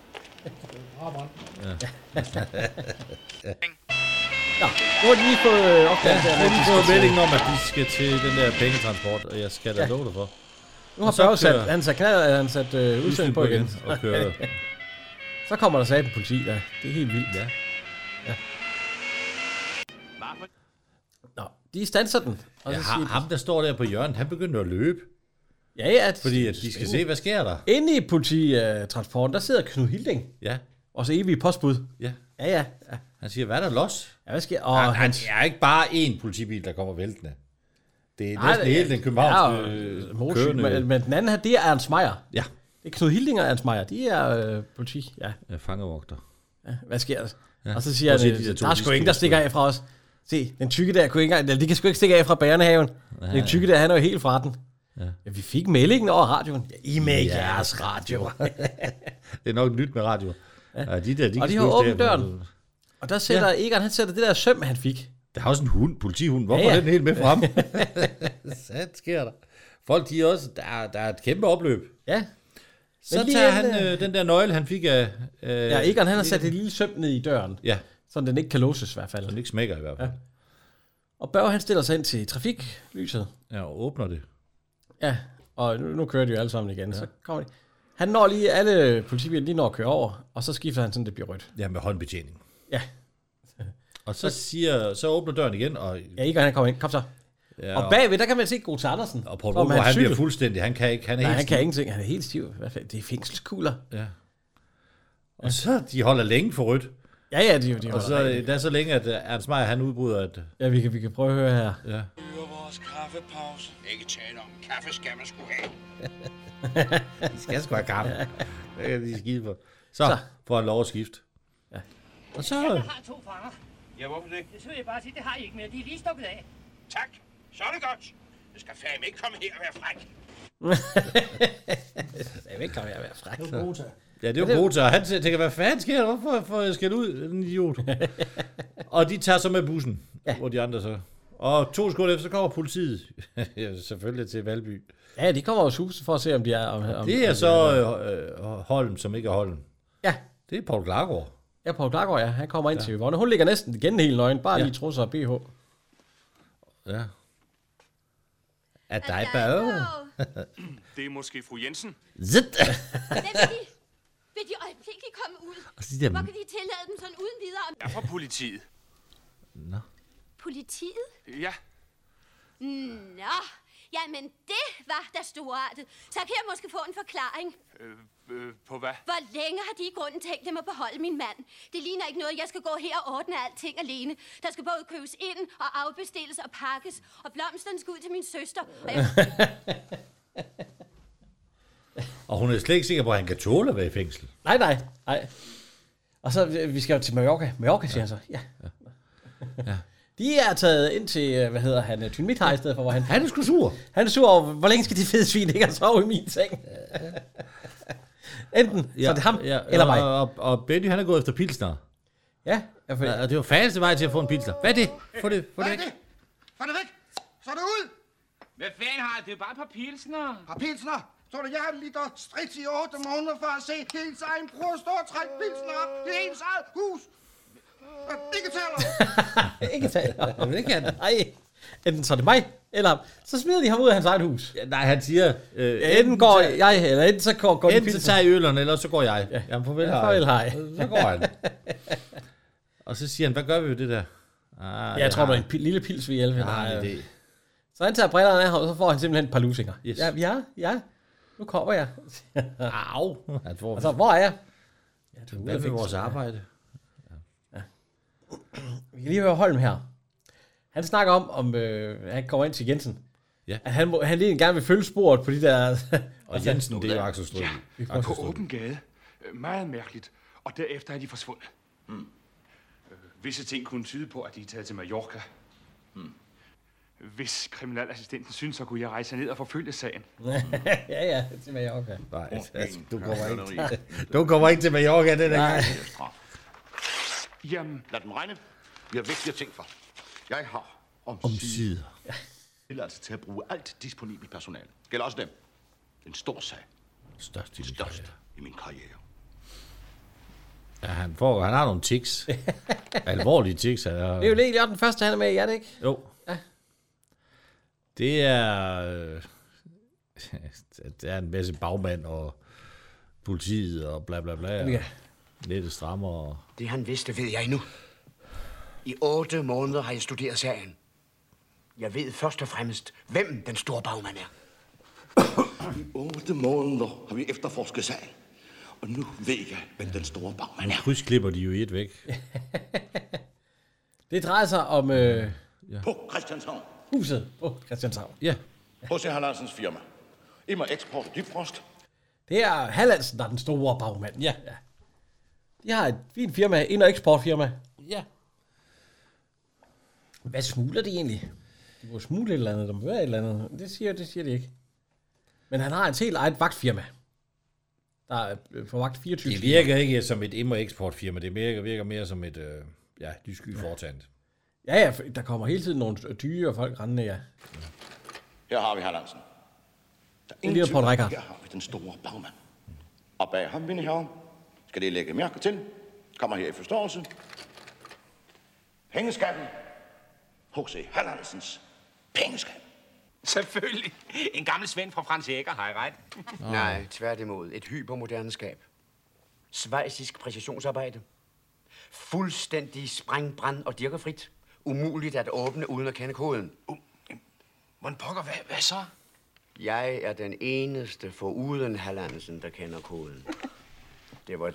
S3: Nå, nu har de lige fået øh, opdaget,
S2: Ja,
S3: at
S2: nu har
S3: de
S2: de
S3: skal
S2: fået
S3: til-
S2: meldingen om, at de skal til den der pengetransport, og jeg skal da
S3: Ja.
S2: love det for.
S3: Nu har
S2: Og så
S3: Børge sat,
S2: kører-
S3: han sat, knald, han sat øh, udsending på igen.
S2: Og kører.
S3: Så kommer der satan politi, ja. Det er helt vildt.
S2: Ja.
S3: Nå, de standser den. Og
S2: Ja,
S3: så
S2: ham,
S3: siger
S2: ham, der står der på hjørnet, han begynder at løbe,
S3: de, ja, ja.
S2: fordi at de skal se, hvad sker der.
S3: Inde i polititransporten, der sidder Knud Hilding.
S2: Ja,
S3: Og så evige postbud.
S2: ja.
S3: Ja, ja. Ja,
S2: Han siger, hvad er der los?
S3: ja hvad sker? Og
S2: Og
S3: han,
S2: han er ikke bare én politibil, der kommer væltende. Det er
S3: Nej,
S2: næsten
S3: det-
S2: hele den
S3: ja,
S2: københavnske
S3: og,
S2: øh,
S3: motorcykel,
S2: kørende.
S3: men, men den anden her, det er Ernst Meier.
S2: Ja,
S3: Det er Knud Hilding og Ernst Meier. De er øh, politi. Ja.
S2: ja fangevogter.
S3: Ja, hvad sker der?
S2: Ja.
S3: Og så siger
S2: Prøv at
S3: han,
S2: se,
S3: øh,
S2: de der to,
S3: der er
S2: de
S3: sgu ingen,
S2: skal
S3: der stikker af fra os. Se, den tykke der kunne ikke engang, eller de kan sgu ikke stikke af fra Bærnehaven. Den tykke der, han er jo helt fra den. Ja. Ja, vi fik meldingen over radioen. Ja, I med
S2: Ja.
S3: jeres radio.
S2: Det er nok nyt med radio. Ja. Ja, de der, de
S3: Og
S2: kan
S3: de
S2: sgu
S3: har
S2: ikke
S3: åbnet
S2: stikke af.
S3: døren. Og der sætter ja. Egon, han sætter det der søm, han fik.
S2: Der er også en hund, politihund. Hvorfor
S3: Ja,
S2: ja,
S3: ja.
S2: ja. er den helt med frem? Hvad sker der? Folk, de er også, der, er, der er et kæmpe opløb.
S3: Ja.
S2: Så
S3: Men lige
S2: tager
S3: inden,
S2: han øh, den der nøgle, han fik af... Øh,
S3: Ja, Egon, han har sat et lille søm ned i døren.
S2: Ja,
S3: Så den ikke kan låses i hvert fald.
S2: så den ikke smækker i hvert fald.
S3: Ja. Og Børge, han stiller sig ind til trafiklyset.
S2: Ja, og åbner det.
S3: Ja, og nu, nu kører de jo alle sammen igen. Ja. Så kommer de. Han når lige, alle politibiler lige når at køre over, og så skifter han sådan, det bliver rødt.
S2: Ja, med håndbetjening.
S3: Ja,
S2: Og så siger, så åbner døren igen, og,
S3: ja Egon, han kommer ind. Kom så.
S2: ja,
S3: Og bagved, der kan man se Gota Andersen.
S2: og Poul
S3: Om
S2: Ruggaard,
S3: hans
S2: han bliver
S3: cykel.
S2: fuldstændig, han kan ikke, han er
S3: Nej,
S2: helt
S3: han kan
S2: stiv.
S3: ingenting. Han er helt stiv. Hvad fanden? Det er fængselskugler.
S2: Ja. Og så, de holder længe for rødt.
S3: Ja, ja, det er jo det.
S2: Og så der er så længe, at Ernst Meier, han udbryder, at...
S3: Ja, vi kan, vi kan prøve at høre her.
S2: Ja.
S4: Vores kaffepause. Ikke tale om. Kaffe skal man sgu have.
S2: De skal sgu have kaffe. Det kan de skide for. Så, så. får han lov at skifte.
S3: Ja.
S2: Og så...
S9: Jeg har to fanger.
S4: Ja, hvorfor det?
S9: Det så jeg bare sige, det har I ikke mere. De er lige stukket af.
S4: Tak. Så er det godt. Jeg skal fandme ikke komme her og være fræk.
S3: Jeg vil ikke komme her og være fræk.
S1: Det er Gota.
S2: Ja, det er jo Gota, og han tænker, hvad fanden sker der? Hvorfor får jeg skældt ud, den idiot? Og de tager så med bussen, ja. Hvor de andre så... Og to sekunder efter, så kommer politiet. Selvfølgelig til Valby.
S3: Ja, de kommer hos huset for at se, om de er... Om, om,
S2: det er
S3: om
S2: så øh, Holm, som ikke er Holm.
S3: Ja.
S2: Det er Poul Klargaard.
S3: Ja, Poul Klargaard, ja. Han kommer ind ja. til Yvonne. Hun ligger næsten igen helt nøgen. Bare ja. lige trusser og B H.
S2: Ja. Er dig bare?
S5: Det er måske fru Jensen.
S7: Hvem vil de? Vil de øjeblikkeligt komme ud? Hvor kan de tillade dem sådan uden videre?
S5: Jeg er fra politiet.
S2: Nå.
S7: Politiet?
S5: Ja.
S7: Nå, jamen det var da storartet. Så kan jeg måske få en forklaring.
S5: Øh, øh, på hvad?
S7: Hvor længe har de i grunden tænkt dem at beholde min mand? Det ligner ikke noget, jeg skal gå her og ordne alting alene. Der skal både købes ind og afbestilles og pakkes. Og blomsterne skal ud til min søster. Og, jeg...
S2: og hun er slet ikke sikker på, at han kan tåle at være i fængsel.
S3: Nej, nej, nej. Og så, vi skal jo til Mallorca. Mallorca, siger han så. Ja. ja. ja. De er taget ind til, hvad hedder han, Dynamit-Hej i stedet for, hvor han...
S2: Han er sgu sur.
S3: Han er sur over, hvor længe skal de fede svin ikke at sove i min seng? Enten, ja, så er det ham, ja, eller mig.
S2: Og, og, og Benny, han er gået efter pilsner.
S3: Ja. Jeg får...
S2: ja, det var fandeste vej til at få en pilsner. Hvad er det? Få det, få det væk.
S6: Hvad er det? Få det væk. Så er det ud.
S5: Hvad fanden har det? Det er bare et par pilsner.
S6: Par pilsner? Så er det, jeg har lidt og stridt i otte måneder for at se ens egen bror stå og trække pilsner op i ens eget hus. Ikke taler.
S3: Ikke taler. Det kan Nej. Enten så er det mig, eller så smider de ham ud af hans eget hus.
S2: Ja, nej, han siger... Øh,
S3: enten, enten går tager, jeg, eller enten så går, går
S2: enten så tager jeg ølerne, eller så går jeg. Ja. Jamen, farvel,
S3: ja, farvel hej.
S2: Så går han. Og så siger han, hvad gør vi ved det der?
S3: Ah, jeg, jeg tror, har... det er en p- lille pils, vi hjælper.
S2: Nej, det...
S3: Så han tager brillerne af ham, og så får han simpelthen et par lusinger.
S2: Yes.
S3: Ja, ja, ja. Nu kommer jeg.
S2: Au. Får...
S3: Altså, hvor er jeg?
S2: Ja, du hvad er vores arbejde?
S3: Ja. Vi kan lige høre Holm her. Han snakker om, om øh, han kommer ind til Jensen.
S2: Ja.
S3: At han, må, han lige gerne vil følge sporet på de der...
S2: og Jensen, det er jo Axel Strøm.
S5: Ja, på åben gade. Meget mærkeligt. Og derefter er de forsvundet. Hmm. Visse ting kunne tyde på, at de er taget til Mallorca. Hmm. Hvis kriminalassistenten synes, så kunne jeg rejse ned og forfølge sagen.
S3: ja, ja, til Mallorca.
S2: Nej, altså, du kommer ikke, du kommer ikke til Mallorca, det der.
S5: Jamen,
S6: lad dem regne. Vi har vigtige ting for. Jeg har
S2: omsider
S6: tilladelse til at bruge alt disponibelt personale. Gælder også dem. En stor sag.
S2: Størst i,
S6: Størst i min karriere.
S2: Ja, han, får, han har nogle tics. Alvorlige tics. Er,
S3: det er jo egentlig den første, han er med i, er det ikke?
S2: Jo.
S3: Ja.
S2: Det er... Øh, det er en masse bagmand og politiet og bla bla bla. Ja. Nette strammer og...
S4: Det han vidste, ved jeg nu. I otte måneder har jeg studeret sagen. Jeg ved først og fremmest, hvem den store bagmand er.
S6: I otte måneder har vi efterforsket sagen. Og nu ved jeg, hvem den store bagmand er.
S2: Nu krydsklipper de jo et væk.
S3: Det drejer sig om... Øh,
S6: ja. På Christianshavn.
S3: Huset på Christianshavn.
S2: Ja.
S6: H C Hallandsens firma. Immer Eksport og Dybfrost.
S3: Det er Hallandsen, der er den store bagmand. Ja. ja. De har et fint firma, ind- og eksportfirma.
S2: Ja.
S3: Hvad smugler de egentlig? De må smugle et eller andet, der må være et eller andet. Det siger, det siger de ikke. Men han har et helt eget vagtfirma. Der er på vagt fireogtyve.
S2: Det virker ikke som et immer eksportfirma. Det virker, virker mere som et øh, ja, lyssky ja. foretagende.
S3: Ja, ja, der kommer hele tiden nogle dyre og folk rendende, ja.
S6: Her har vi Hallandsen. Der er
S3: ingen tvivl, her
S6: har vi den store bagmand. Og bag ham, mine herrer, skal det lægge mærke til. Kommer her i forståelse. Pengeskatten. H C Hallandsens pengeskat.
S5: Selvfølgelig. En gammel svend fra Frans Ægger, har jeg ret?
S4: Nej, tværtimod. Et hypermoderne skab. Schweizisk præcisionsarbejde. Fuldstændig sprængbrand og dirkerfrit. Umuligt at åbne uden at kende koden.
S5: Uh, Hvordan pokker, hvad, hvad så?
S4: Jeg er den eneste foruden Hallandsen, der kender koden. Det var det,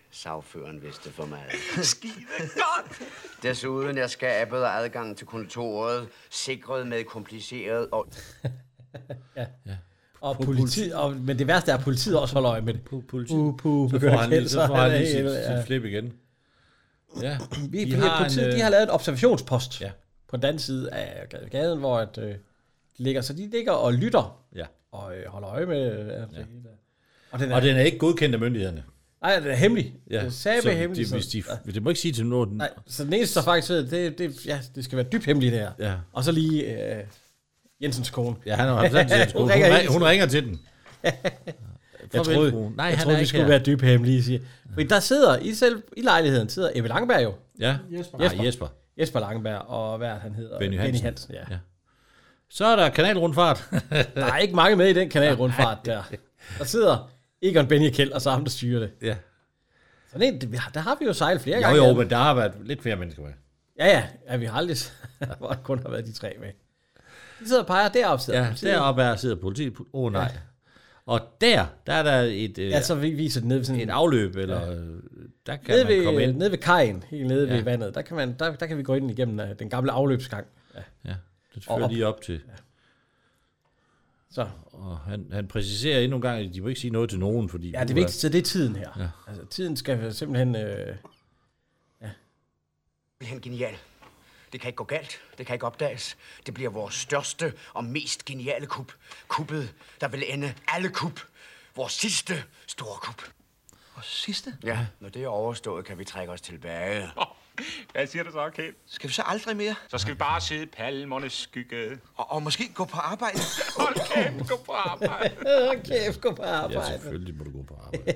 S4: sagføren vidste for mig.
S8: Skide godt!
S4: Desuden er skabet og adgangen til kontoret sikret med kompliceret og...
S3: ja. ja. Og politi, og, men det værste er, at politiet også holder øje med det.
S2: Politiet.
S3: Uh, puh,
S2: så får han lige, så får han lige sit, sit flip igen. Ja.
S3: Vi, de, har politiet, en, de har lavet en observationspost ja. på den anden side af gaden, hvor at, øh, de ligger, så de ligger og lytter
S2: ja.
S3: og øh, holder øje med øh, ja.
S2: og, den er, og den er ikke godkendt af myndighederne.
S3: Nej, den er hemmelig.
S2: Ja.
S3: Det er hemmelig.
S2: De, hvis de, ja. det må ikke sige til nogen.
S3: Nej, så den eneste, der faktisk ved, det, det, ja, det skal være dybt hemmeligt her.
S2: Ja.
S3: Og så lige øh, Jensens kone.
S2: Ja, han har Jensens kone. Hun, hun, ringer, hun ringer til den.
S3: Jeg troede, Nej, jeg troede vi skulle her. være dybt hemmelige, siger. Fordi der sidder, i, selv, i lejligheden sidder Ebbe Langberg jo.
S2: Ja,
S3: Jesper.
S2: Jesper.
S3: Jesper. Jesper Langberg, og hvad han hedder?
S2: Benny Hansen.
S3: Benny Hansen, ja. ja.
S2: Så er der kanalrundfart.
S3: Der er ikke mange med i den kanalrundfart der. Der sidder Egon, Benny og Kjeld, og så ham, der styrer det.
S2: Ja.
S3: Så det, der har vi jo sejlet flere
S2: jo,
S3: gange.
S2: Jo, jo, men der har været lidt flere mennesker med.
S3: Ja, ja. Ja, vi har aldrig, hvor der kun har været de tre med. De sidder og peger, deroppe sidder
S2: Ja,
S3: politiet.
S2: deroppe er sidder politiet. Åh oh, nej. Ja. Og der, der er der et,
S3: ja, så vi viser det ned ved sådan
S2: et afløb, eller ja. der kan
S3: nede
S2: man
S3: ved,
S2: komme ind.
S3: Nede ved kajen, helt nede ja. ved vandet, der kan, man, der, der kan vi gå ind igennem uh, den gamle afløbsgang. Ja,
S2: ja det fører op. lige op til. Ja.
S3: Så.
S2: Og han, han præciserer endnu en gang, at de må ikke sige noget til nogen, fordi...
S3: Ja, det vigtigste, det er tiden her.
S2: Ja.
S3: Altså, tiden skal simpelthen... Øh, ja.
S4: Det er genial. Det kan ikke gå galt. Det kan ikke opdages. Det bliver vores største og mest geniale kup. Kuppet, der vil ende alle kup. Vores sidste store kup.
S8: Vores sidste?
S4: Ja, når det er overstået, kan vi trække os tilbage.
S5: Oh, hvad siger du så, Kjeld?
S8: Skal vi så aldrig mere?
S5: Så skal vi bare sidde i palmernes skygge.
S8: Og, og måske gå på arbejde.
S5: Hold kæft, gå på arbejde.
S3: Hold kæft, gå på arbejde.
S2: Ja, selvfølgelig må du gå på arbejde.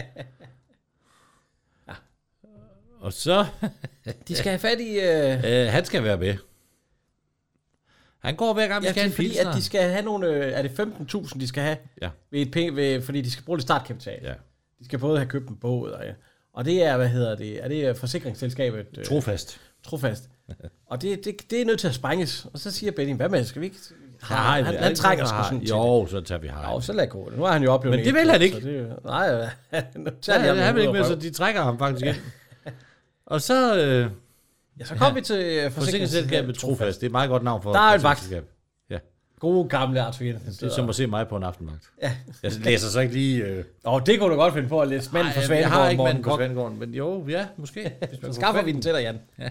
S2: Ja. Og så...
S3: De skal have fat i... Øh...
S2: Øh, han skal være med. Han går hver gang, vi
S3: ja,
S2: skal have en
S3: fordi
S2: pilsner.
S3: At de skal have nogle... Øh, er det femten tusind, de skal have?
S2: Ja.
S3: Ved et penge, ved, fordi de skal bruge lidt startkapital.
S2: Ja.
S3: De skal både have købt en båd, og, ja. og det er, hvad hedder det, er det forsikringsselskabet? Øh,
S2: Trofast.
S3: Trofast. Og det, det, det er nødt til at sprænges. Og så siger Benny, hvad med, skal vi ikke...
S2: Nej,
S3: han, han trækker sgu sådan til.
S2: Jo, så tager vi hej.
S3: Jo, så lad gå det. Nu har han jo oplevet...
S2: Men det vil han ikke.
S3: Det, nej, nu
S2: tager ja, han vil ikke med, så de trækker ham faktisk ind. Og så... Øh,
S3: ja, så kommer ja, vi til
S2: forsikringsselskabet Trofast. Det er et meget godt navn for
S3: der er et vagt.
S2: Ja.
S3: Gode gamle Arthur Jensen.
S2: Det er som at se mig på en aftenvagt. Ja. Jeg læser så ikke lige... Øh...
S3: Oh, det kunne du godt finde på at læse Manden på Svanegården.
S2: Jeg har ikke Manden på Svanegården, men jo, ja, måske.
S3: Så skaffer vi den til dig, Jan. Ja,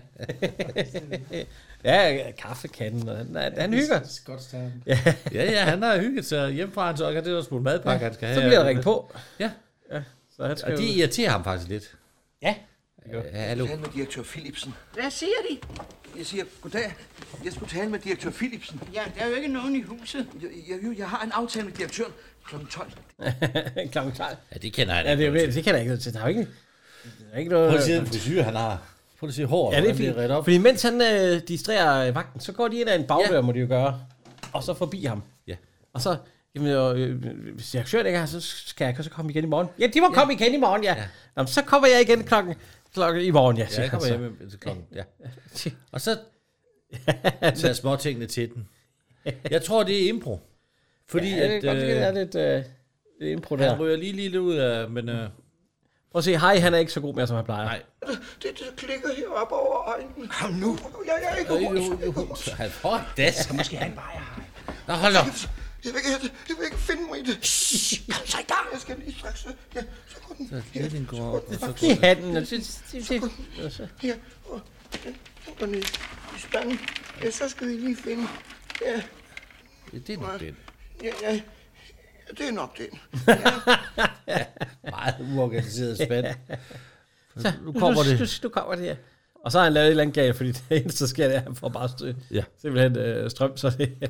S3: ja kaffekanden. Han, han hygger.
S2: Ja. ja, ja, han har hygget sig hjemmefra, så kan det også smule madpakke, ja, han skal have.
S3: Så bliver der ringet på.
S2: Ja.
S3: Ja. Så han skal
S2: og de irriterer ham faktisk lidt.
S3: Ja.
S8: Jeg skulle tale med direktør Philipsen.
S10: Hvad siger de?
S8: Jeg siger, goddag. Jeg skulle tale med direktør Philipsen.
S10: Ja, der er jo ikke nogen i huset.
S8: Jeg, jeg, jeg har en aftale med direktøren klokken tolv.
S3: klokken tolv?
S2: Ja, det kender han
S3: ja, det, det, det kender jeg ikke. Der er jo ikke, der er ikke noget...
S2: Prøv at se den frisyr, han har. Prøv at se hår.
S3: Ja, det er fint. Det fordi mens han øh, distrærer vagten, så går de ind ad en bagdør, ja. må de jo gøre. Og så forbi ham.
S2: Ja.
S3: Og så... Jamen, øh, hvis direktøren ikke er her, så skal jeg så komme igen i morgen. Ja, de må ja. komme igen i morgen, ja. ja. Nå, så kommer jeg igen klokken, klokken i morgen, ja.
S2: Ja, jeg kommer hjem til klokken, ja. Og så tager små tingene til den. Jeg tror, det er impro. Fordi
S3: ja,
S2: at...
S3: Det er, øh, er lidt, øh, lidt impro der.
S2: Han ryger lige lidt ud af, men... Øh,
S3: prøv at se, hej, han er ikke så god mere, som han plejer.
S2: Nej.
S8: Det, det, det klikker heroppe over øjnene.
S4: Kom nu.
S8: Jeg, jeg er ikke rundt.
S2: Han får det.
S10: Jeg skal måske have en bajer.
S2: Nå, hold op.
S8: Jeg vil, ikke, jeg vil ikke finde mig i det.
S10: Shhh, kom så i gang.
S8: Jeg skal lige straks. Ja, så går den.
S2: Så ja, den går op.
S3: Og så går den. Ja, den.
S8: Ja, og den går ned i spanden. Ja, så skal vi lige finde. Ja.
S2: Det er nok den.
S8: Ja, ja. Det er nok den.
S2: Ja. Meget uorganiseret spand.
S3: Så, nu kommer det. Nu, nu kommer det, ja. Og så har han lavet et eller andet galt, fordi det eneste, der sker, det er, at han får bare stø, ja. simpelthen øh, strøm, så det...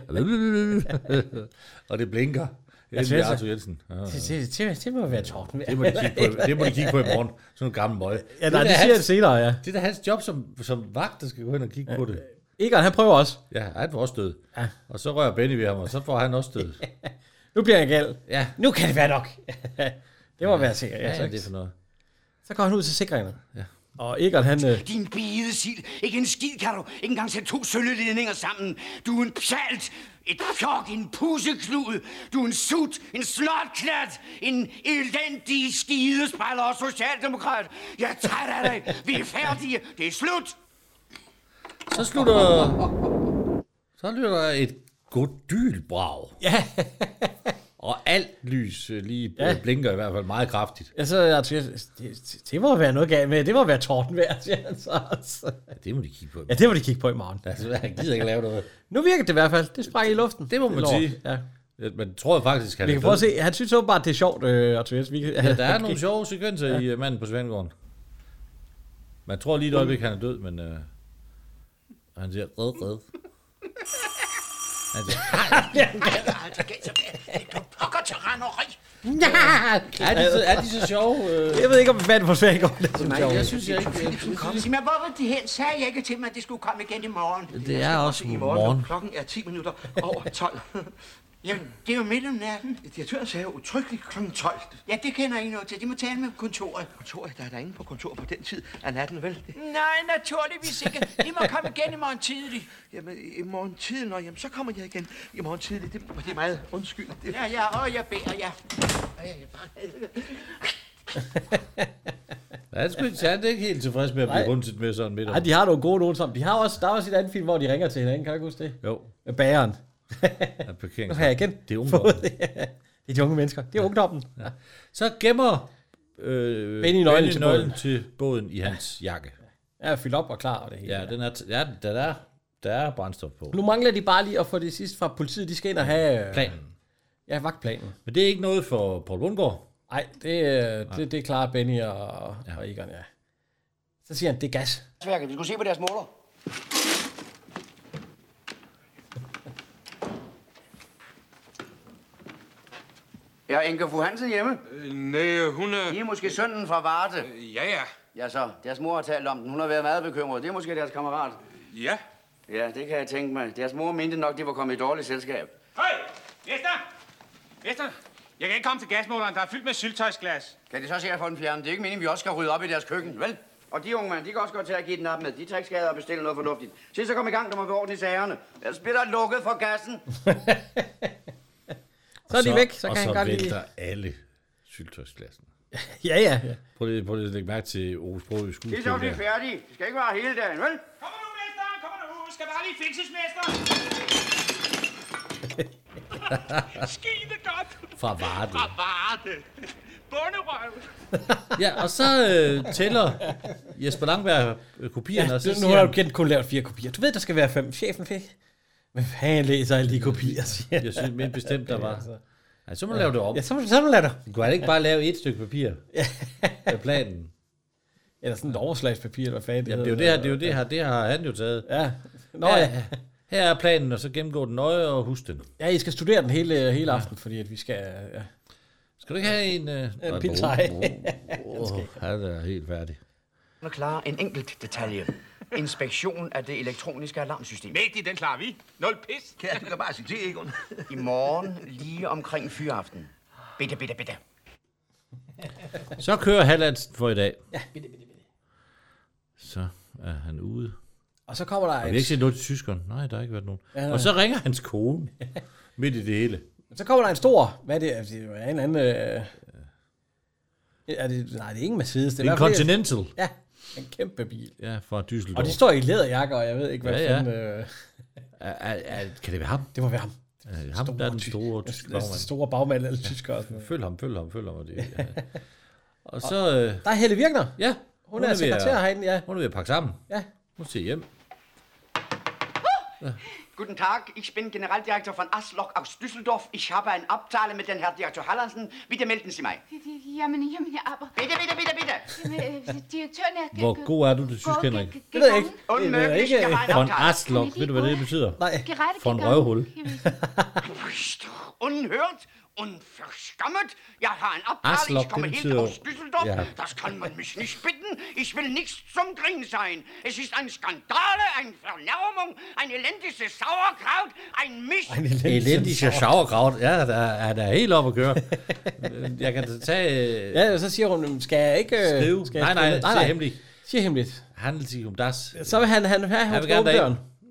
S2: og det blinker. Ja, det er Arthur Jensen. Ja.
S3: Det, det, det, det må være torden.
S2: Det må de kigge på, det må de kigge på i morgen. Sådan en gammel møg.
S3: Ja, nej, det, det siger han senere, ja.
S2: Det er da hans job som, som vagt, der skal gå hen og kigge ja. på det.
S3: Egon, han prøver også.
S2: Ja, han får også død. Ja. Og så rører Benny ved ham, og så får han også død.
S3: Nu bliver han gal.
S2: Ja.
S3: Nu kan det være nok. Det må ja. være sikkert. Ja,
S2: ja, ja, det er for noget.
S3: Så går han ud til sikringerne.
S2: Ja.
S3: Og Egon, han... Øh...
S4: Din bide sild. Ikke en skid, kan du. Ikke engang sætte to sølvledninger sammen. Du er en psalt. Et fjok, en pusseklude. Du er en sut, en snotklat, en elendig skidespejler og socialdemokrat. Jeg er træt af dig. Vi er færdige. Det er slut.
S2: Så slutter... Så lyder der et godylbrag.
S3: Ja.
S2: Og alt lys øh, lige
S3: Ja.
S2: ja. blinker i hvert fald meget kraftigt.
S3: Ja, så jeg tænker, det, det må være noget galt med. Det må være tordenvejr, siger han så. så.
S2: Ja, det må de kigge på.
S3: Ja, det må de kigge på i morgen.
S2: Altså, jeg gider ikke lave noget.
S3: Nu virker det i hvert fald. Det sprang i luften.
S2: Det må man
S3: lort.
S2: sige.
S3: Ja.
S2: Man tror faktisk, han
S3: Vi
S2: er
S3: kan prøve at
S2: død.
S3: se. Han synes åbenbart, det er sjovt, øh, Arthur. Vi kan,
S2: Ja, der er nogle sjove sekvenser
S3: Ja.
S2: ja. i uh, Manden på Svendgården. Man tror lige et øjeblik, han er død, men uh, han siger, red, red. Han siger,
S10: Du pokker til renderi.
S3: Ja!
S2: er, de så, er de så sjove? Øh?
S3: Jeg ved ikke, om Manden på Svendgården er så
S2: Nej,
S3: sjovt.
S2: jeg synes jeg ikke.
S10: Kom, sig mig, hvor var de hen? Sagde jeg ikke til mig, at det skulle komme igen i morgen?
S2: Det er også
S6: I morgen.
S2: morgen.
S6: Klokken er ti minutter over tolv.
S10: Jamen, det er jo midt om natten.
S6: Direktøren sagde udtrykkeligt klokken tolv.
S10: Ja, det kender jeg ikke noget til. De må tale med kontoret.
S6: Kontoret, der er der ingen på kontor på den tid af natten, vel?
S10: Nej, naturligvis ikke. De må komme igen i morgen tidlig.
S6: Jamen, i morgen tidlig, nå, jamen, så kommer jeg igen. I morgen tidlig, det, det er meget undskyld. Det,
S10: Ja, ja, og jeg beder, ja.
S2: Ja, det er sgu ikke, han er ikke helt tilfreds med at blive
S3: Nej.
S2: rundt med sådan midt om.
S3: Nej, de har nogle gode nogen sammen. De har også, der er også et andet film, hvor de ringer til hinanden. Kan du ikke huske det?
S2: Jo.
S3: Med bageren.
S2: Ja,
S3: Nu har jeg igen.
S2: Det er ungdommen.
S3: Det er de unge mennesker. Det er ungdommen.
S2: Ja. Så gemmer øh,
S3: Benny nøglen til
S2: nøglen
S3: båden.
S2: til båden i hans jakke.
S3: Ja, fyldt op og klar og det hele.
S2: Ja, den er, t- ja der, er, der er brændstof på.
S3: Nu mangler de bare lige at få det sidste fra politiet. De skal ind og have... øh,
S2: Planen.
S3: Ja, vagtplanen.
S2: Men det er ikke noget for Poul Bundgaard.
S3: Nej, det, øh, det, det klarer Benny og, ja. og Egon, ja. Så siger han, det er gas.
S4: Sværke, vi skulle se på deres måler. Er Inge Fru Hansen hjemme?
S11: Øh, nej, hun er...
S4: I er måske sønnen fra Varde.
S11: Øh, ja, ja.
S4: Ja så, deres mor har talt om den. Hun har været meget bekymret. Det er måske deres kammerat.
S11: Ja.
S4: Ja, det kan jeg tænke mig. Deres mor mente nok, de var kommet i dårligt selskab.
S5: Høj! Mester! Mester! Jeg kan ikke komme til gasmåleren, der er fyldt med syltøjsglas.
S4: Kan de så se at få den fjernet? Det er ikke meningen, vi også skal rydde op i deres køkken, vel? Og de unge mænd, de kan også godt tage at give den op med. De tager ikke skade og bestille noget fornuftigt. Se, så kom i gang, der må vi orden i sagerne. Ellers bliver der lukket for gassen.
S3: Så er de væk, så
S2: og
S3: kan han
S2: så
S3: godt
S2: vælter
S3: lige...
S2: alle syltøjsglassen.
S3: Ja, ja.
S2: Prøv lige, prøv lige at lægge mærke til Ove Sprogøes
S4: De er
S2: skuespil
S4: så blive
S2: der.
S4: færdige. Det skal ikke være hele dagen, vel?
S5: Kommer nu, mester! Kommer nu! Skal bare lige fikses, mester! Skide godt!
S2: Fra Varde.
S5: Fra Varde! Bunderøv!
S2: Ja, og så øh, tæller Jesper Langberg øh, kopierne,
S3: Ja,
S2: og så
S3: det, nu
S2: siger
S3: har
S2: han,
S3: du kendt kun lavet fire kopier. Du ved, der skal være fem. Chefen fik. Men fanden læser alle de kopier, siger
S2: jeg synes men bestemt, der var.
S3: Altså.
S2: Nej, så må du lave det om.
S3: Ja, så, så må du lave det.
S2: Du kan ikke bare lave et stykke papir af planen.
S3: Eller sådan et overslagspapir, eller hvad fanden
S2: Jamen, det er jo det her, det er jo det her, det har han jo taget.
S3: Ja. Nå ja.
S2: ja. Her er planen, og så gennemgå den nøje og husk den.
S3: Ja, I skal studere den hele, hele aften, fordi at vi skal... Ja.
S2: Skal du ikke have en... Uh...
S3: En pizza.
S2: Åh, han er helt færdig.
S4: Nu klarer en enkelt detalje. Inspektion af det elektroniske alarmsystem.
S5: Mægtig, den klarer vi. Nul pis.
S6: Kære, du kan bare sige til, Egon.
S4: I morgen, lige omkring fyraften. Bitte, bitte, bitte.
S2: Så kører Hallandsen for i dag.
S3: Ja, bitte, bitte, bitte.
S2: Så er han ude.
S3: Og så kommer der...
S2: Og vi har ikke set noget til tyskeren. Nej, der har ikke været nogen.
S3: Ja,
S2: og så ringer hans kone midt i det hele.
S3: Så kommer der en stor... Hvad er det? Altså, det er en anden... Øh... Er det, nej, det er ikke Mercedes.
S2: Det er en Continental.
S3: Et, ja, en kæmpe bil.
S2: Ja, fra Düsseldorf.
S3: Og de står i læderjakker, og jeg ved ikke, hvad
S2: ja, ja.
S3: fanden... Øh...
S2: Er, er, er, kan det være ham?
S3: Det må være ham.
S2: Er ham, der er den store tyske bagmand.
S3: Store bagmand, eller tysker også.
S2: Følg ham, følg ham, følg ham. Og, det, ja. og så... Øh...
S3: Der er Helle Virkner.
S2: Ja.
S3: Hun, hun er, er sekretær herinde, ja.
S2: Hun er ved at pakke sammen.
S3: Ja.
S2: Hun ser hjem.
S4: Ja. Guten Tag, ich bin Generaldirektor von Aslok aus Düsseldorf. Ich habe ein Abtale mit den Herr Direktor Hallandsen. Bitte melden Sie mig.
S7: Jamen, jamen, jeg aber...
S4: Bitte, bitte, bitte, bitte.
S7: Jamen, øh, direktøren er...
S2: Hvor god er du til tysk, Henrik?
S3: Det ved jeg ikke.
S4: Unmöglich, jeg har en
S2: Von
S4: Abtale.
S2: Aslok, ved du, hvad det betyder?
S3: Nej.
S2: Von røvhul.
S4: Unhørt und verschammet. Jeg har en Abtale,
S2: Aslok,
S4: ich komme
S2: det
S4: helt
S2: betyder-
S4: aus Düsseldorf.
S2: Ja.
S4: Das kann man mich nicht bitten. Ich will nichts zum Grin sein. Es ist ein Skandale, ein Vernärmung, ein elendiges Sauerkraut, ein Mist.
S2: Elendige sauerkraut. Ja, der er der helt op at køre. Jeg kan tage...
S3: Ja, og så siger hun, skal jeg ikke... øh,
S2: Skrive.
S3: Skal jeg
S2: Nej, nej,
S3: skrive-
S2: siger hemmeligt.
S3: Siger hemmeligt.
S2: Handel sig um das.
S3: Så vil han, han, han, han,
S2: Han vil
S3: han
S2: gerne
S3: åbne døren.